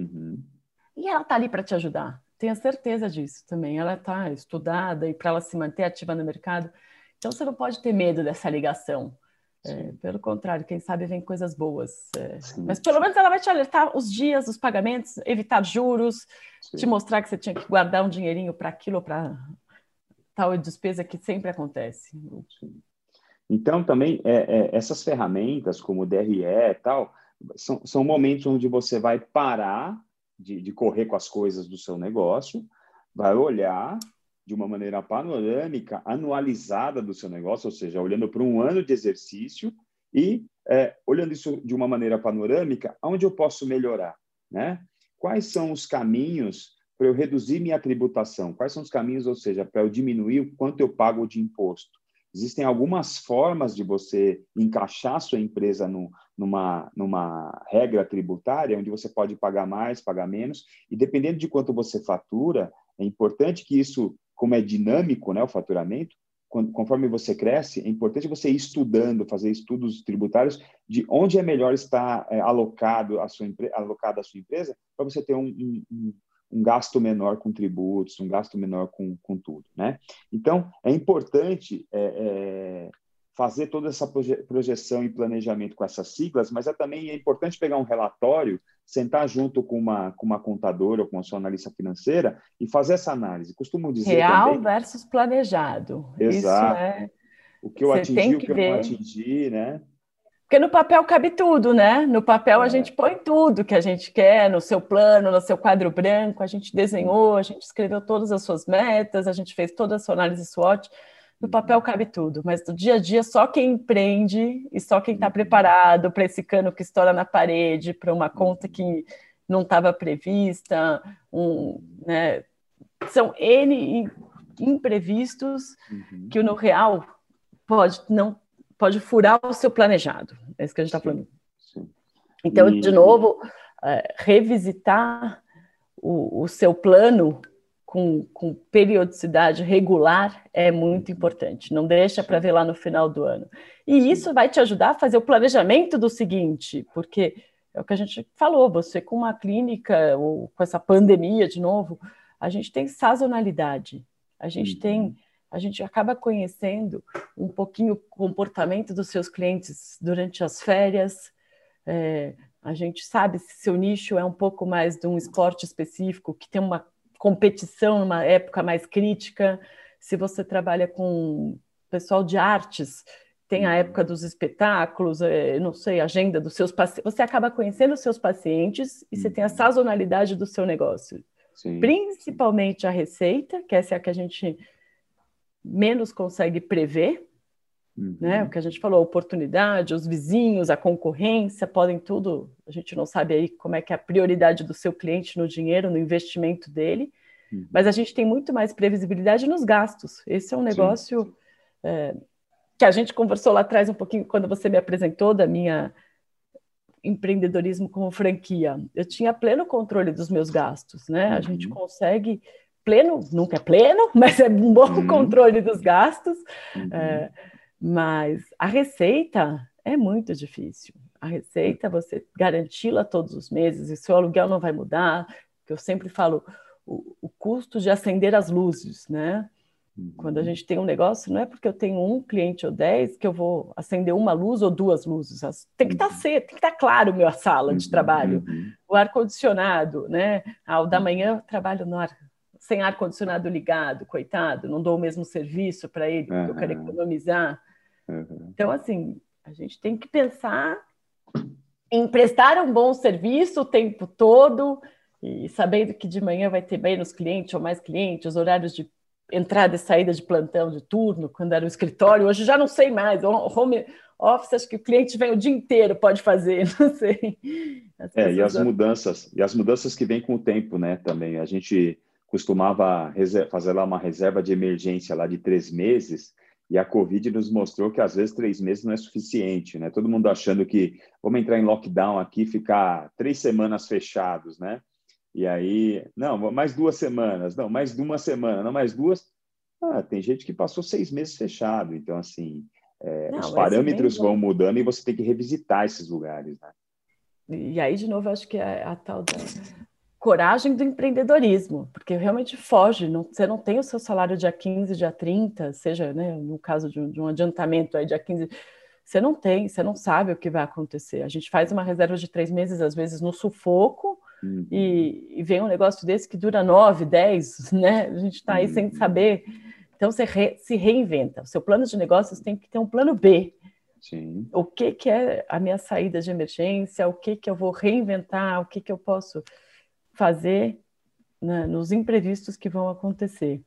E ela está ali para te ajudar. Tenha certeza disso também. Ela está estudada e para ela se manter ativa no mercado. Então, você não pode ter medo dessa ligação. Pelo contrário, quem sabe vem coisas boas. Mas pelo menos ela vai te alertar os dias, os pagamentos, evitar juros, te mostrar que você tinha que guardar um dinheirinho para aquilo ou para tal despesa que sempre acontece. Então, também, essas ferramentas, como o DRE e tal, são momentos onde você vai parar de correr com as coisas do seu negócio, vai olhar de uma maneira panorâmica, anualizada do seu negócio, ou seja, olhando para um ano de exercício e olhando isso de uma maneira panorâmica, onde eu posso melhorar, né? Quais são os caminhos para eu reduzir minha tributação? Quais são os caminhos, ou seja, para eu diminuir o quanto eu pago de imposto? Existem algumas formas de você encaixar a sua empresa numa regra tributária, onde você pode pagar mais, pagar menos, e dependendo de quanto você fatura, é importante que isso, como é dinâmico, né, o faturamento, conforme você cresce, é importante você ir estudando, fazer estudos tributários de onde é melhor estar alocada a sua empresa, para você ter um gasto menor com tributos, um gasto menor com tudo, né? Então, é importante fazer toda essa projeção e planejamento com essas siglas, mas também é importante pegar um relatório, sentar junto com uma contadora ou com a sua analista financeira e fazer essa análise. Costumo dizer Real também... versus planejado. Exato. Isso o que eu você tem atingi, o que que eu não ver. atingi, né? Porque no papel cabe tudo, né? No papel a gente põe tudo que a gente quer, no seu plano, no seu quadro branco, a gente desenhou, a gente escreveu todas as suas metas, a gente fez toda a sua análise SWOT. No papel cabe tudo, mas no dia a dia só quem empreende e só quem está preparado para esse cano que estoura na parede, para uma conta que não estava prevista, né? São N imprevistos que no real pode furar o seu planejado. É isso que a gente está falando. Sim. Então, de novo, revisitar o seu plano com periodicidade regular é muito importante. Não deixa para ver lá no final do ano. E isso vai te ajudar a fazer o planejamento do seguinte, porque é o que a gente falou, você com uma clínica, ou com essa pandemia de novo, a gente tem sazonalidade, a gente acaba conhecendo um pouquinho o comportamento dos seus clientes durante as férias, a gente sabe se seu nicho é um pouco mais de um esporte específico, que tem uma competição numa época mais crítica, se você trabalha com pessoal de artes, tem a época dos espetáculos, não sei, a agenda dos seus pacientes, você acaba conhecendo os seus pacientes e você tem a sazonalidade do seu negócio. Sim. Principalmente a receita, que essa é a que a gente menos consegue prever, né? O que a gente falou, a oportunidade, os vizinhos, a concorrência, podem tudo, a gente não sabe aí como é que é a prioridade do seu cliente no dinheiro, no investimento dele, mas a gente tem muito mais previsibilidade nos gastos. Esse é um negócio que a gente conversou lá atrás um pouquinho, quando você me apresentou da minha empreendedorismo como franquia. Eu tinha pleno controle dos meus gastos, né? A gente consegue pleno, nunca é pleno, mas é um bom controle dos gastos, mas a receita é muito difícil. A receita, você garanti-la todos os meses, e seu aluguel não vai mudar, que eu sempre falo, o custo de acender as luzes, né? Quando a gente tem um negócio, não é porque eu tenho um cliente ou 10 que eu vou acender uma luz ou duas luzes. Tem que estar cedo, tem que estar claro a minha sala de trabalho. O ar-condicionado, né? O da manhã eu trabalho sem ar-condicionado ligado, coitado, não dou o mesmo serviço para ele, porque eu quero economizar. Então, assim, a gente tem que pensar em prestar um bom serviço o tempo todo e sabendo que de manhã vai ter menos cliente ou mais cliente, os horários de entrada e saída de plantão de turno, quando era o escritório, hoje já não sei mais. Home office, acho que o cliente vem o dia inteiro, pode fazer, não sei. E as mudanças que vêm com o tempo, né, também. A gente costumava fazer lá uma reserva de emergência lá de 3 meses, e a Covid nos mostrou que às vezes 3 meses não é suficiente, né? Todo mundo achando que vamos entrar em lockdown aqui, ficar 3 semanas fechados, né? E aí, não, mais 2 semanas, não, mais uma semana, não, mais duas. Tem gente que passou 6 meses fechado, então assim, os Não, parâmetros vão mudando e você tem que revisitar esses lugares, né? E aí, de novo, eu acho que é a tal da coragem do empreendedorismo, porque realmente foge, você não tem o seu salário dia 15, dia 30, seja, né, no caso de um adiantamento aí dia 15, você não tem, você não sabe o que vai acontecer. A gente faz uma reserva de 3 meses, às vezes, no sufoco, e vem um negócio desse que dura 9, 10, né? A gente está aí sem saber. Então, você se reinventa. O seu plano de negócios tem que ter um plano B. Sim. O que é a minha saída de emergência, o que eu vou reinventar, o que eu posso fazer, né, nos imprevistos que vão acontecer.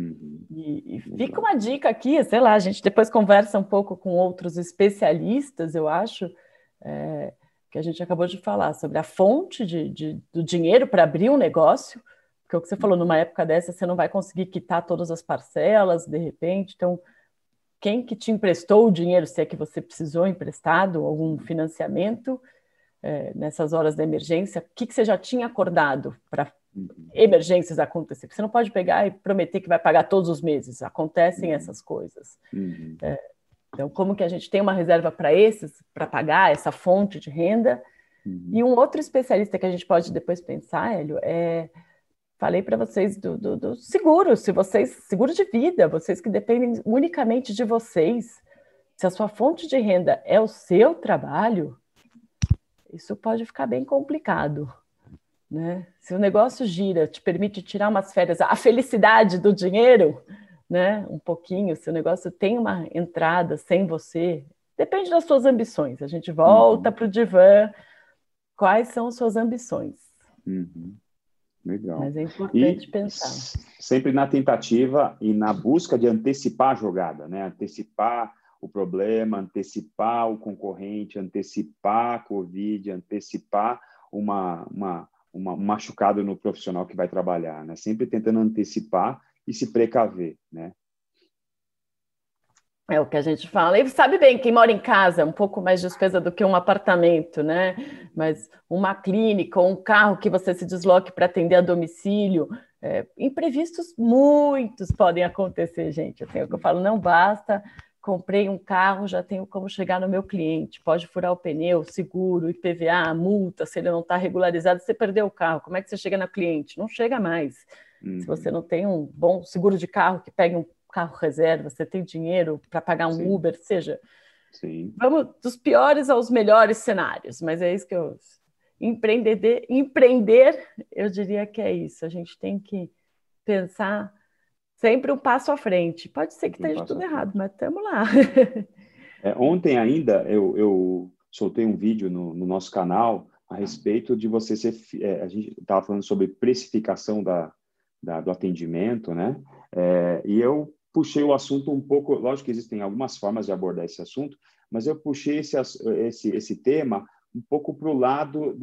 E fica uma dica aqui, sei lá, a gente depois conversa um pouco com outros especialistas, eu acho, que a gente acabou de falar, sobre a fonte do dinheiro para abrir um negócio, porque o que você falou, numa época dessa, você não vai conseguir quitar todas as parcelas, de repente, então quem que te emprestou o dinheiro, se é que você precisou emprestado, algum financiamento, nessas horas da emergência, o que você já tinha acordado para emergências acontecer? Porque você não pode pegar e prometer que vai pagar todos os meses, acontecem essas coisas. Então, como que a gente tem uma reserva para pagar essa fonte de renda? E um outro especialista que a gente pode depois pensar, Hélio, falei para vocês do seguro, seguro de vida, vocês que dependem unicamente de vocês, se a sua fonte de renda é o seu trabalho, isso pode ficar bem complicado, né? Se o negócio gira, te permite tirar umas férias, a felicidade do dinheiro, né? Um pouquinho, se o negócio tem uma entrada sem você, depende das suas ambições. A gente volta para o divã. Quais são as suas ambições? Legal. Mas é importante pensar. Sempre na tentativa e na busca de antecipar a jogada, né? Antecipar o problema, antecipar o concorrente, antecipar a Covid, antecipar um machucado no profissional que vai trabalhar, né? Sempre tentando antecipar e se precaver, né? É o que a gente fala. E sabe bem, quem mora em casa é um pouco mais despesa do que um apartamento, né? Mas uma clínica ou um carro que você se desloque para atender a domicílio, imprevistos muitos podem acontecer, gente. Assim, é o que eu falo, não basta, comprei um carro, já tenho como chegar no meu cliente. Pode furar o pneu, seguro, IPVA, multa, se ele não está regularizado, você perdeu o carro. Como é que você chega no cliente? Não chega mais. Se você não tem um bom seguro de carro que pegue um carro reserva, você tem dinheiro para pagar um Uber, seja, vamos dos piores aos melhores cenários, mas é isso que eu... Empreender, eu diria que é isso, a gente tem que pensar sempre um passo à frente. Pode ser que esteja tudo errado, mas estamos lá. Ontem ainda eu soltei um vídeo no nosso canal a respeito de você ser... a gente estava falando sobre precificação do atendimento, né? E eu puxei o assunto um pouco... Lógico que existem algumas formas de abordar esse assunto, mas eu puxei esse tema um pouco para o lado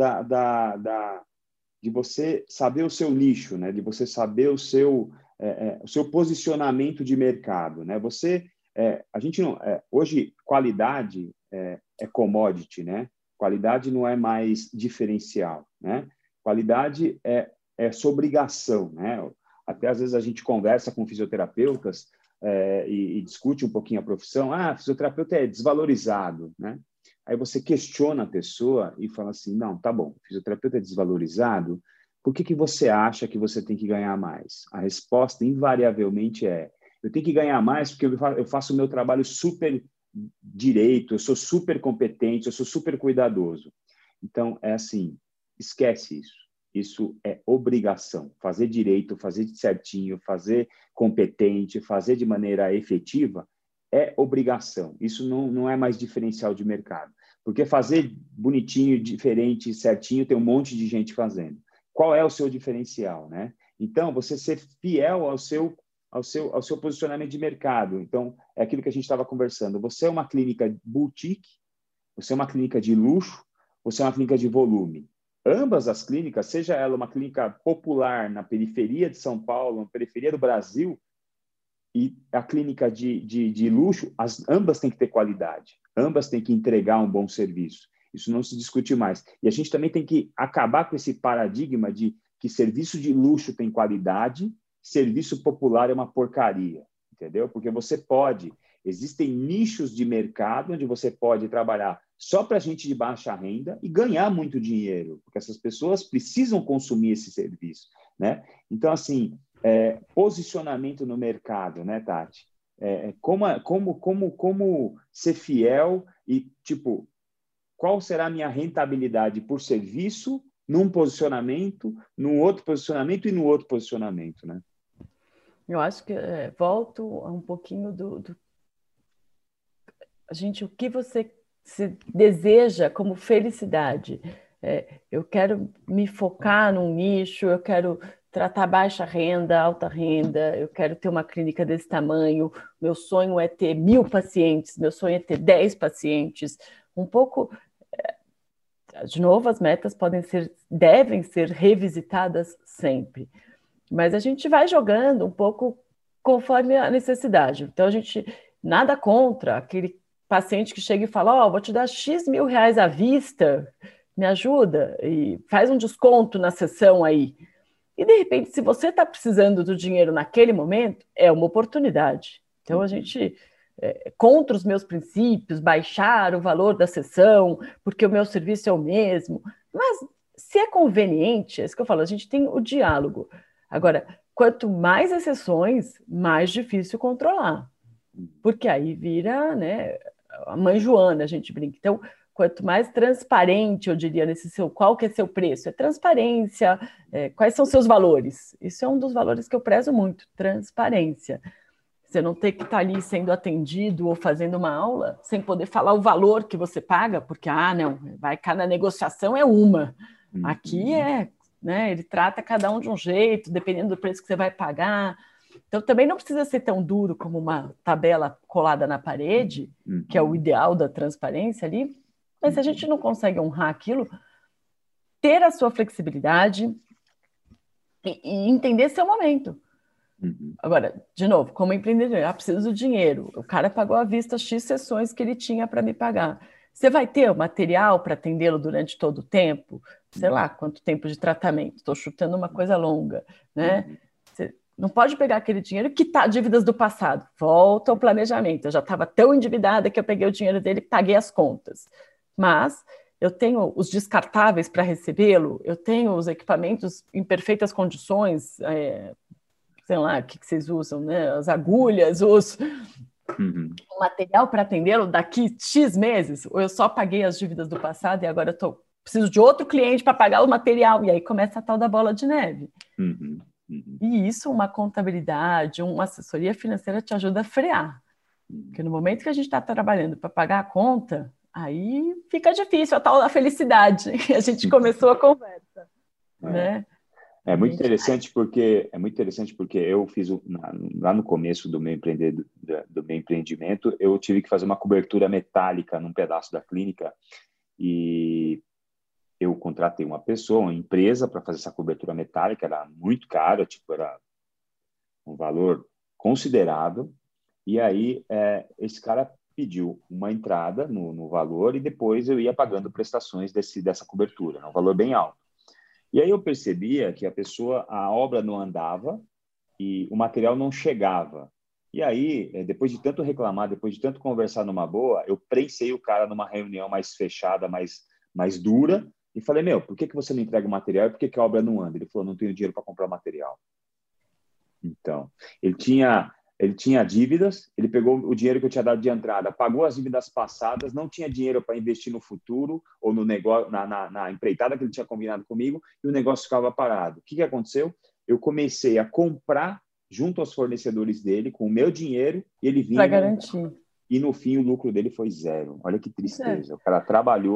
de você saber o seu nicho, né? De você saber o seu posicionamento de mercado, né? A gente não... hoje, qualidade é commodity, né? Qualidade não é mais diferencial, né? Qualidade é sua obrigação, né? Até às vezes a gente conversa com fisioterapeutas e discute um pouquinho a profissão. Fisioterapeuta é desvalorizado, né? Aí você questiona a pessoa e fala assim, não, tá bom, fisioterapeuta é desvalorizado, por que você acha que você tem que ganhar mais? A resposta, invariavelmente, eu tenho que ganhar mais porque eu faço o meu trabalho super direito, eu sou super competente, eu sou super cuidadoso. Então, assim, esquece isso. Isso é obrigação. Fazer direito, fazer certinho, fazer competente, fazer de maneira efetiva é obrigação. Isso não é mais diferencial de mercado. Porque fazer bonitinho, diferente, certinho, tem um monte de gente fazendo. Qual é o seu diferencial, né? Então, você ser fiel ao seu ao seu posicionamento de mercado. Então, é aquilo que a gente estava conversando. Você é uma clínica boutique, você é uma clínica de luxo, você é uma clínica de volume. Ambas as clínicas, seja ela uma clínica popular na periferia de São Paulo, na periferia do Brasil, e a clínica de luxo, ambas têm que ter qualidade, ambas têm que entregar um bom serviço. Isso não se discute mais. E a gente também tem que acabar com esse paradigma de que serviço de luxo tem qualidade, serviço popular é uma porcaria, entendeu? Porque existem nichos de mercado onde você pode trabalhar só para gente de baixa renda e ganhar muito dinheiro, porque essas pessoas precisam consumir esse serviço, né? Então, assim, posicionamento no mercado, né, Tati? Como ser fiel e, tipo, qual será a minha rentabilidade por serviço num posicionamento, num outro posicionamento e no outro posicionamento, né? Eu acho que volto a um pouquinho o que você se deseja como felicidade. Eu quero me focar num nicho, eu quero tratar baixa renda, alta renda, eu quero ter uma clínica desse tamanho, meu sonho é ter 1.000 pacientes, meu sonho é ter 10 pacientes, um pouco... De novo, as metas devem ser revisitadas sempre, mas a gente vai jogando um pouco conforme a necessidade. Então, a gente nada contra aquele paciente que chega e fala: vou te dar X mil reais à vista, me ajuda, e faz um desconto na sessão aí. E, de repente, se você está precisando do dinheiro naquele momento, é uma oportunidade. Então, a gente... contra os meus princípios, baixar o valor da sessão, porque o meu serviço é o mesmo. Mas, se é conveniente, é isso que eu falo, a gente tem o diálogo. Agora, quanto mais exceções, mais difícil controlar. Porque aí vira, né, a mãe Joana, a gente brinca. Então, quanto mais transparente, eu diria, qual que é seu preço? É transparência, quais são seus valores? Isso é um dos valores que eu prezo muito, transparência. Você não ter que estar ali sendo atendido ou fazendo uma aula sem poder falar o valor que você paga, porque, não, vai cada negociação é uma. Aqui né, ele trata cada um de um jeito, dependendo do preço que você vai pagar. Então, também não precisa ser tão duro como uma tabela colada na parede, que é o ideal da transparência ali, mas se a gente não consegue honrar aquilo, ter a sua flexibilidade e entender seu momento. Agora, de novo, como empreendedor, preciso do dinheiro. O cara pagou à vista X sessões que ele tinha para me pagar. Você vai ter o material para atendê-lo durante todo o tempo? Sei lá, quanto tempo de tratamento? Estou chutando uma coisa longa, né? Você não pode pegar aquele dinheiro e quitar dívidas do passado. Volta ao planejamento. Eu já estava tão endividada que eu peguei o dinheiro dele e paguei as contas. Mas eu tenho os descartáveis para recebê-lo, eu tenho os equipamentos em perfeitas condições, sei lá, o que vocês usam, né? As agulhas, o material para atendê-lo daqui X meses, ou eu só paguei as dívidas do passado e agora preciso de outro cliente para pagar o material, e aí começa a tal da bola de neve. E isso, uma contabilidade, uma assessoria financeira te ajuda a frear. Porque no momento que a gente está trabalhando para pagar a conta, aí fica difícil a tal da felicidade. A gente começou a conversa, né? É muito interessante porque eu fiz lá no começo do meu empreendimento, eu tive que fazer uma cobertura metálica num pedaço da clínica e eu contratei uma pessoa, uma empresa para fazer essa cobertura metálica, era muito caro, era um valor considerável. E aí esse cara pediu uma entrada no valor e depois eu ia pagando prestações dessa cobertura, um valor bem alto. E aí eu percebia que a obra não andava e o material não chegava. E aí, depois de tanto reclamar, depois de tanto conversar numa boa, eu prensei o cara numa reunião mais fechada, mais dura, e falei, por que você não entrega o material e por que a obra não anda? Ele falou, não tenho dinheiro para comprar o material. Então, ele tinha dívidas, ele pegou o dinheiro que eu tinha dado de entrada, pagou as dívidas passadas, não tinha dinheiro para investir no futuro ou no negócio, na empreitada que ele tinha combinado comigo, e o negócio ficava parado. O que aconteceu? Eu comecei a comprar junto aos fornecedores dele, com o meu dinheiro, e ele vinha... Para garantir. E no fim o lucro dele foi zero. Olha que tristeza. O cara trabalhou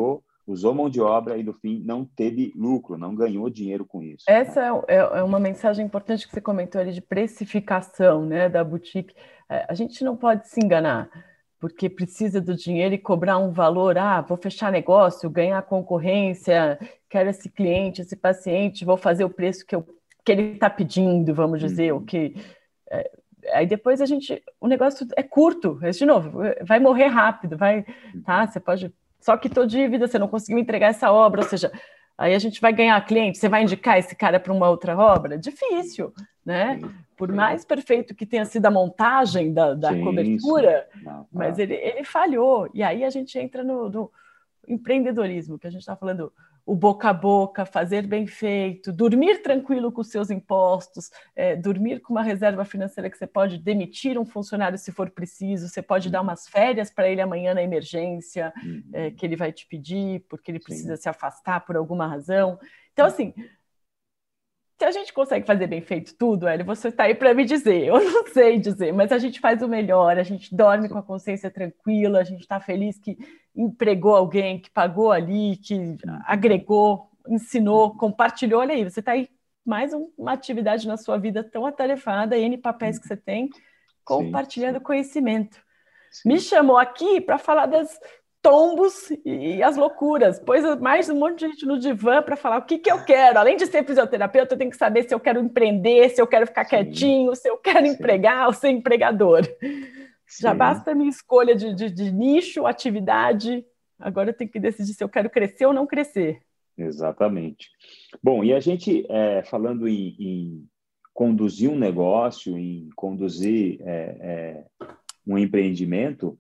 usou mão de obra e, no fim, não teve lucro, não ganhou dinheiro com isso. Essa é uma mensagem importante que você comentou ali de precificação, né, da boutique. A gente não pode se enganar, porque precisa do dinheiro e cobrar um valor. Vou fechar negócio, ganhar concorrência, quero esse cliente, esse paciente, vou fazer o preço que ele está pedindo, vamos dizer, o que... Aí depois o negócio é curto, de novo, vai morrer rápido, tá? Você pode... Só quitou dívida, você não conseguiu entregar essa obra, ou seja, aí a gente vai ganhar cliente, você vai indicar esse cara para uma outra obra? Difícil, né? Por mais perfeito que tenha sido a montagem da cobertura, mas ele falhou. E aí a gente entra no empreendedorismo, que a gente está falando, o boca a boca, fazer bem feito, dormir tranquilo com os seus impostos, dormir com uma reserva financeira que você pode demitir um funcionário se for preciso, você pode dar umas férias para ele amanhã na emergência, que ele vai te pedir, porque ele precisa se afastar por alguma razão. Então, assim, se a gente consegue fazer bem feito tudo, Hélio, você está aí para me dizer, eu não sei dizer, mas a gente faz o melhor, a gente dorme com a consciência tranquila, a gente está feliz que empregou alguém, que pagou ali, que agregou, ensinou, compartilhou. Olha aí, você está aí, mais uma atividade na sua vida tão atarefada, N papéis que você tem, compartilhando conhecimento. Me chamou aqui para falar das tombos e as loucuras, pôs mais um monte de gente no divã para falar o que eu quero. Além de ser fisioterapeuta, eu tenho que saber se eu quero empreender, se eu quero ficar quietinho, se eu quero empregar ou ser empregador. Já basta a minha escolha de nicho, atividade, agora eu tenho que decidir se eu quero crescer ou não crescer. Exatamente. Bom, e a gente, falando em conduzir um negócio, em conduzir um empreendimento,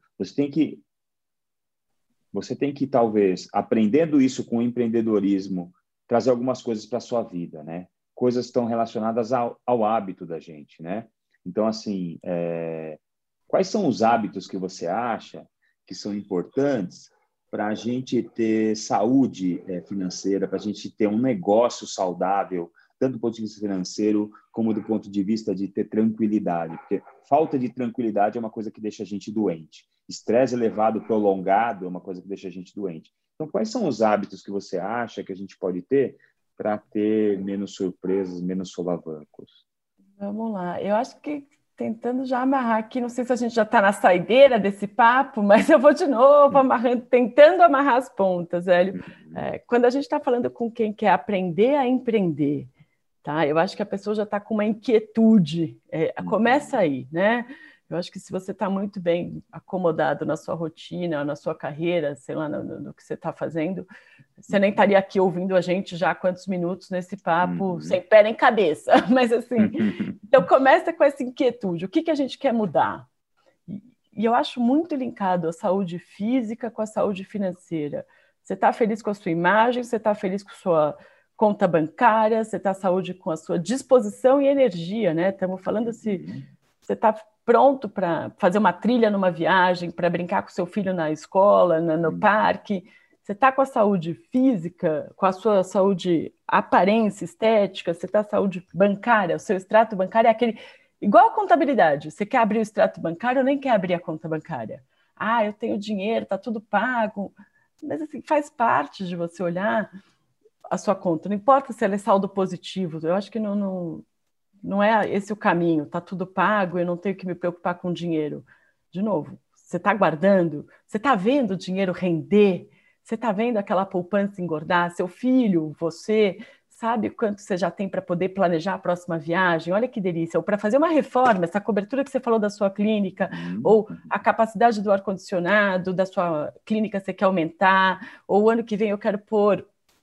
você tem que, talvez, aprendendo isso com o empreendedorismo, trazer algumas coisas para a sua vida, né? Coisas que estão relacionadas ao hábito da gente, né? Então, assim, quais são os hábitos que você acha que são importantes para a gente ter saúde financeira, para a gente ter um negócio saudável, tanto do ponto de vista financeiro como do ponto de vista de ter tranquilidade? Porque falta de tranquilidade é uma coisa que deixa a gente doente. Estresse elevado, prolongado, é uma coisa que deixa a gente doente. Então, quais são os hábitos que você acha que a gente pode ter para ter menos surpresas, menos solavancos? Vamos lá. Eu acho que tentando já amarrar aqui, não sei se a gente já está na saideira desse papo, mas eu vou de novo amarrando, tentando amarrar as pontas, Hélio. Quando a gente está falando com quem quer aprender a empreender, tá? Eu acho que a pessoa já está com uma inquietude. Começa aí, né? Eu acho que se você está muito bem acomodado na sua rotina, na sua carreira, sei lá, no que você está fazendo, você nem estaria aqui ouvindo a gente já há quantos minutos nesse papo, sem pé nem cabeça. Mas assim, então começa com essa inquietude. O que a gente quer mudar? E eu acho muito linkado a saúde física com a saúde financeira. Você está feliz com a sua imagem, você está feliz com a sua conta bancária, você está saúde com a sua disposição e energia, né? Estamos falando assim, você está pronto para fazer uma trilha numa viagem, para brincar com seu filho na escola, no parque. Você está com a saúde física, com a sua saúde aparência, estética, você está com a saúde bancária, o seu extrato bancário é aquele... Igual a contabilidade, você quer abrir o extrato bancário ou nem quer abrir a conta bancária? Eu tenho dinheiro, está tudo pago. Mas assim, faz parte de você olhar a sua conta. Não importa se ela é saldo positivo, eu acho que não é esse o caminho. Está tudo pago, eu não tenho que me preocupar com dinheiro. De novo, você está guardando, você está vendo o dinheiro render, você está vendo aquela poupança engordar, seu filho, você sabe quanto você já tem para poder planejar a próxima viagem? Olha que delícia. Ou para fazer uma reforma, essa cobertura que você falou da sua clínica, ou a capacidade do ar-condicionado da sua clínica você quer aumentar, ou o ano que vem eu quero pôr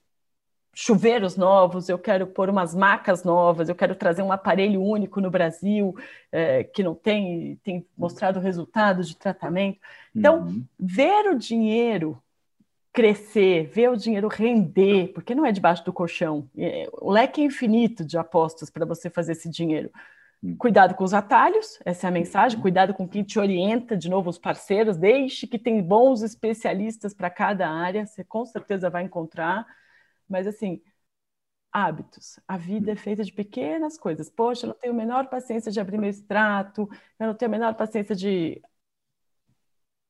chuveiros novos, eu quero pôr umas macas novas, eu quero trazer um aparelho único no Brasil, que não tem mostrado resultados de tratamento. Então, ver o dinheiro crescer, ver o dinheiro render, porque não é debaixo do colchão. O leque é infinito de apostas para você fazer esse dinheiro. Cuidado com os atalhos, essa é a mensagem, cuidado com quem te orienta, de novo, os parceiros, deixe que tem bons especialistas para cada área, você com certeza vai encontrar, mas assim, hábitos. A vida é feita de pequenas coisas. Poxa, eu não tenho a menor paciência de abrir meu extrato, eu não tenho a menor paciência de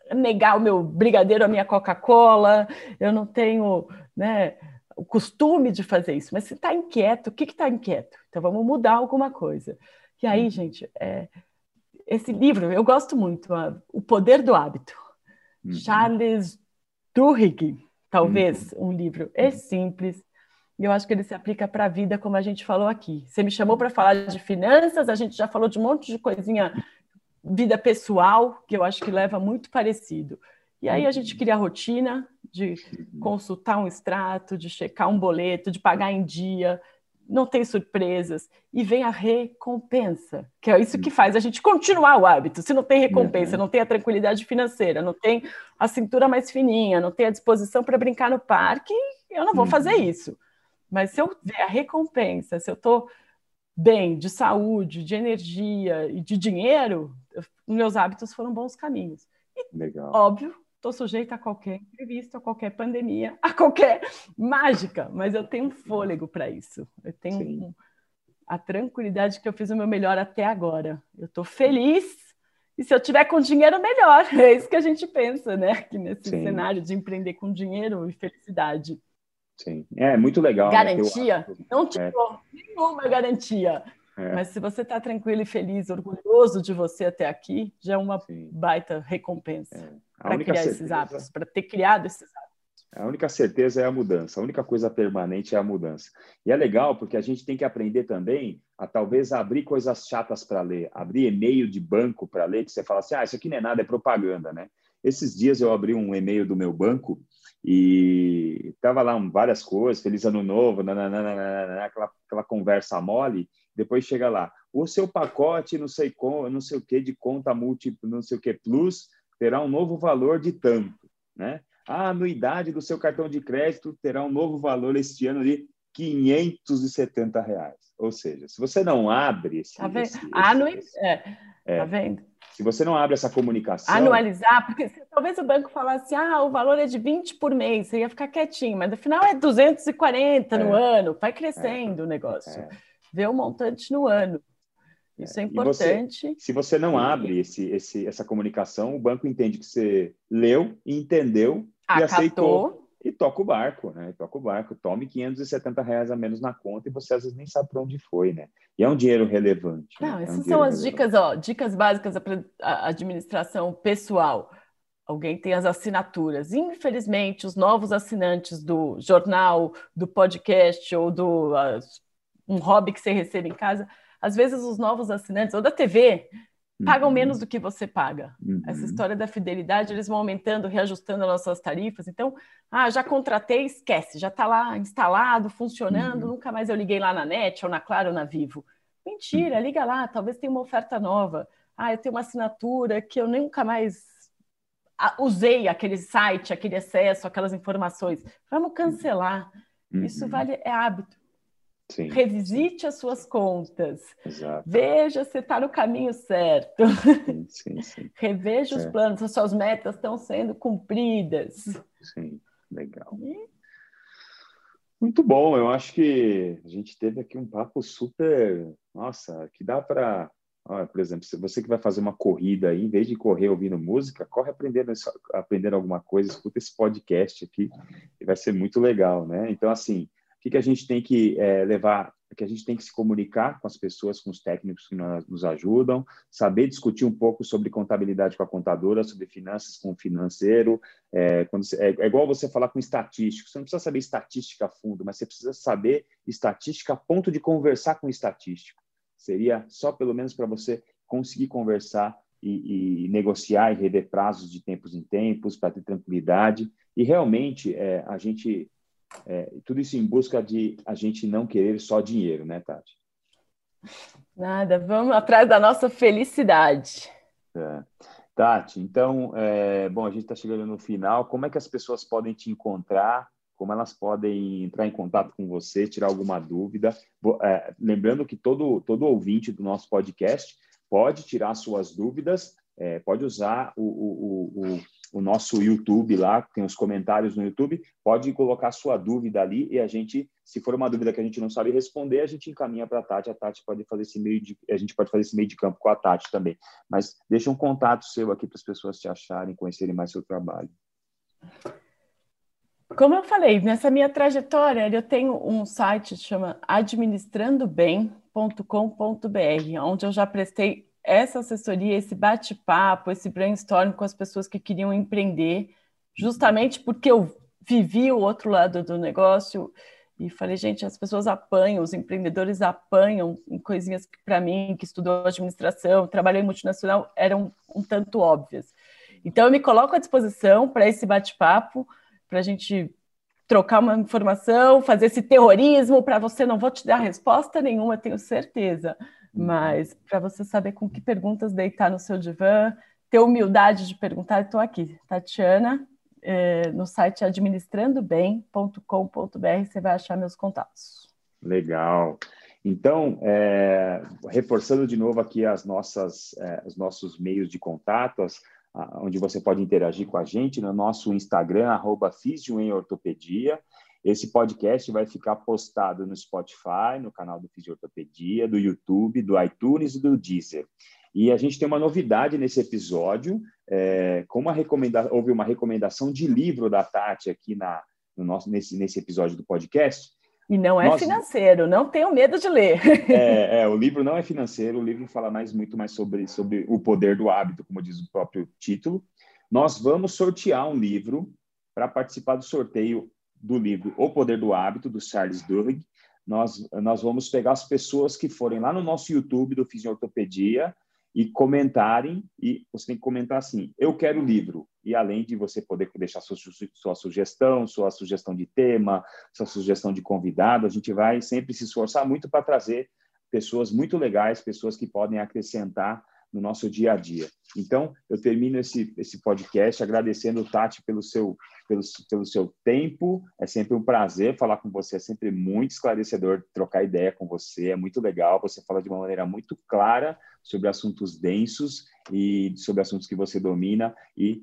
negar o meu brigadeiro, a minha Coca-Cola, eu não tenho, né, o costume de fazer isso. Mas se está inquieto, o que está inquieto? Então vamos mudar alguma coisa. E aí, gente, esse livro, eu gosto muito, O Poder do Hábito. Charles Duhigg, talvez, um livro simples, e eu acho que ele se aplica para a vida, como a gente falou aqui. Você me chamou para falar de finanças, a gente já falou de um monte de coisinha, vida pessoal, que eu acho que leva muito parecido. E aí a gente cria a rotina de consultar um extrato, de checar um boleto, de pagar em dia, não tem surpresas, e vem a recompensa, que é isso que faz a gente continuar o hábito. Se não tem recompensa, não tem a tranquilidade financeira, não tem a cintura mais fininha, não tem a disposição para brincar no parque, eu não vou fazer isso. Mas se eu ver a recompensa, se eu estou bem de saúde, de energia e de dinheiro, meus hábitos foram bons caminhos. E, legal. Óbvio, estou sujeita a qualquer imprevisto, a qualquer pandemia, a qualquer mágica, mas eu tenho um fôlego para isso. Eu tenho a tranquilidade que eu fiz o meu melhor até agora. Eu estou feliz, e se eu tiver com dinheiro, melhor. É isso que a gente pensa, né? Aqui nesse cenário de empreender com dinheiro e felicidade. Sim, é muito legal. Garantia? Né? Não te dou nenhuma garantia. Mas se você está tranquilo e feliz, orgulhoso de você até aqui, já é uma baita recompensa para criar esses hábitos, para ter criado esses hábitos. A única certeza é a mudança, a única coisa permanente é a mudança. E é legal porque a gente tem que aprender também a talvez abrir coisas chatas para ler, abrir e-mail de banco para ler, que você fala assim, isso aqui não é nada, é propaganda, né? Esses dias eu abri um e-mail do meu banco e estava lá várias coisas, feliz ano novo, aquela conversa mole, depois chega lá, o seu pacote não sei o que de conta múltipla, não sei o que plus, terá um novo valor de tanto, né? A anuidade do seu cartão de crédito terá um novo valor este ano de R$570. Ou seja, se você não abre tá vendo? Se você não abre essa comunicação... Anualizar, porque talvez o banco falasse, o valor é de 20 por mês, você ia ficar quietinho, mas no final é 240 no ano, vai crescendo o negócio. Vê o montante no ano. Isso é importante. Se você não abre essa comunicação, o banco entende que você leu, entendeu e aceitou e toca o barco, né? Toca o barco. Tome R$570 a menos na conta e você às vezes nem sabe para onde foi, né? E é um dinheiro relevante. Não, essas são as dicas básicas para a administração pessoal. Alguém tem as assinaturas. Infelizmente, os novos assinantes do jornal, do podcast ou um hobby que você recebe em casa, às vezes os novos assinantes, ou da TV, pagam menos do que você paga. Essa história da fidelidade, eles vão aumentando, reajustando as nossas tarifas. Então, já contratei, esquece, já está lá instalado, funcionando, nunca mais eu liguei lá na NET, ou na Claro, ou na Vivo. Mentira, liga lá, talvez tenha uma oferta nova. Eu tenho uma assinatura que eu nunca mais usei aquele site, aquele acesso, aquelas informações. Vamos cancelar. Isso é hábito. Sim, Revisite as suas contas. Exato. Veja se está no caminho certo. Sim. Reveja os planos, as suas metas estão sendo cumpridas. Sim, legal. Muito bom, eu acho que a gente teve aqui um papo super... Nossa, que dá para... Por exemplo, se você que vai fazer uma corrida aí, em vez de correr ouvindo música, corre aprendendo alguma coisa, escuta esse podcast aqui, e vai ser muito legal, né? Então, assim, o que a gente tem que levar? Que a gente tem que se comunicar com as pessoas, com os técnicos que nos ajudam, saber discutir um pouco sobre contabilidade com a contadora, sobre finanças com o financeiro. É igual você falar com estatístico. Você não precisa saber estatística a fundo, mas você precisa saber estatística a ponto de conversar com o estatístico. Seria só pelo menos para você conseguir conversar e negociar e rever prazos de tempos em tempos, para ter tranquilidade. E realmente a gente... tudo isso em busca de a gente não querer só dinheiro, né, Tati? Nada, vamos atrás da nossa felicidade. Tati, então, bom, a gente está chegando no final. Como é que as pessoas podem te encontrar? Como elas podem entrar em contato com você, tirar alguma dúvida? Lembrando que todo ouvinte do nosso podcast pode tirar suas dúvidas, pode usar o o nosso YouTube lá, tem os comentários no YouTube, pode colocar sua dúvida ali e a gente, se for uma dúvida que a gente não sabe responder, a gente encaminha para a Tati pode fazer a gente pode fazer esse meio de campo com a Tati também. Mas deixa um contato seu aqui para as pessoas te acharem, conhecerem mais seu trabalho. Como eu falei, nessa minha trajetória, eu tenho um site que chama administrandobem.com.br, onde eu já prestei essa assessoria, esse bate-papo, esse brainstorm com as pessoas que queriam empreender, justamente porque eu vivi o outro lado do negócio e falei, gente, as pessoas apanham, os empreendedores apanham em coisinhas que, para mim, que estudou administração, trabalhei em multinacional, eram um tanto óbvias. Então, eu me coloco à disposição para esse bate-papo, para a gente trocar uma informação, fazer esse terrorismo, para você, não vou te dar resposta nenhuma, tenho certeza, mas para você saber com que perguntas deitar no seu divã, ter humildade de perguntar, estou aqui, Tatiana, no site administrandobem.com.br, você vai achar meus contatos. Legal. Então, reforçando de novo aqui os nossos meios de contato, onde você pode interagir com a gente no nosso Instagram, @fisioemortopedia. Esse podcast vai ficar postado no Spotify, no canal do Fisiortopedia, do YouTube, do iTunes e do Deezer. E a gente tem uma novidade nesse episódio, houve uma recomendação de livro da Tati aqui nesse episódio do podcast. E não é financeiro, não tenho medo de ler. O livro não é financeiro, o livro fala muito mais sobre o poder do hábito, como diz o próprio título. Nós vamos sortear um livro para participar do sorteio do livro O Poder do Hábito, do Charles Duhigg. Nós vamos pegar as pessoas que forem lá no nosso YouTube do Fisiortopedia e comentarem, e você tem que comentar assim, eu quero o livro. E além de você poder deixar sua sugestão de tema, sua sugestão de convidado, a gente vai sempre se esforçar muito para trazer pessoas muito legais, pessoas que podem acrescentar no nosso dia a dia. Então, eu termino esse podcast agradecendo, Tati, pelo seu tempo. É sempre um prazer falar com você, é sempre muito esclarecedor trocar ideia com você, é muito legal. Você fala de uma maneira muito clara sobre assuntos densos e sobre assuntos que você domina. E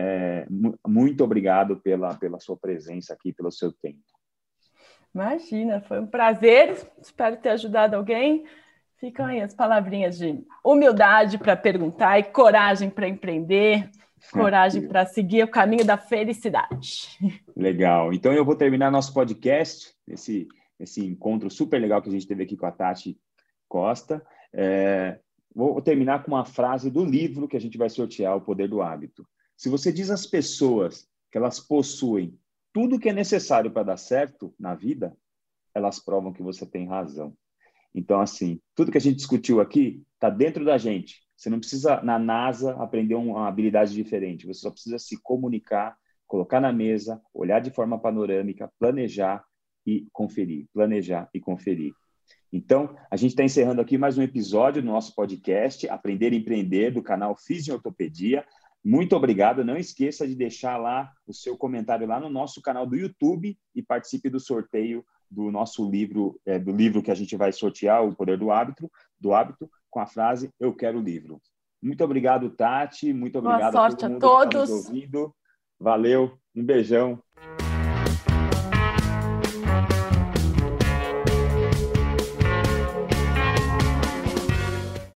muito obrigado pela sua presença aqui, pelo seu tempo. Imagina, foi um prazer. Espero ter ajudado alguém. Ficam aí as palavrinhas de humildade para perguntar e coragem para empreender, coragem para seguir o caminho da felicidade. Legal. Então, eu vou terminar nosso podcast, esse encontro super legal que a gente teve aqui com a Tati Costa. Vou terminar com uma frase do livro que a gente vai sortear, O Poder do Hábito. Se você diz às pessoas que elas possuem tudo que é necessário para dar certo na vida, elas provam que você tem razão. Então, assim, tudo que a gente discutiu aqui está dentro da gente. Você não precisa, na NASA, aprender uma habilidade diferente. Você só precisa se comunicar, colocar na mesa, olhar de forma panorâmica, planejar e conferir. Planejar e conferir. Então, a gente está encerrando aqui mais um episódio do nosso podcast, Aprender e Empreender, do canal Fisiortopedia. Muito obrigado. Não esqueça de deixar lá o seu comentário lá no nosso canal do YouTube e participe do sorteio do nosso livro, do livro que a gente vai sortear, O Poder do Hábito, com a frase, eu quero o livro. Muito obrigado, Tati. Muito obrigado Boa sorte a todo mundo a todos. que está nos ouvindo. Valeu, um beijão.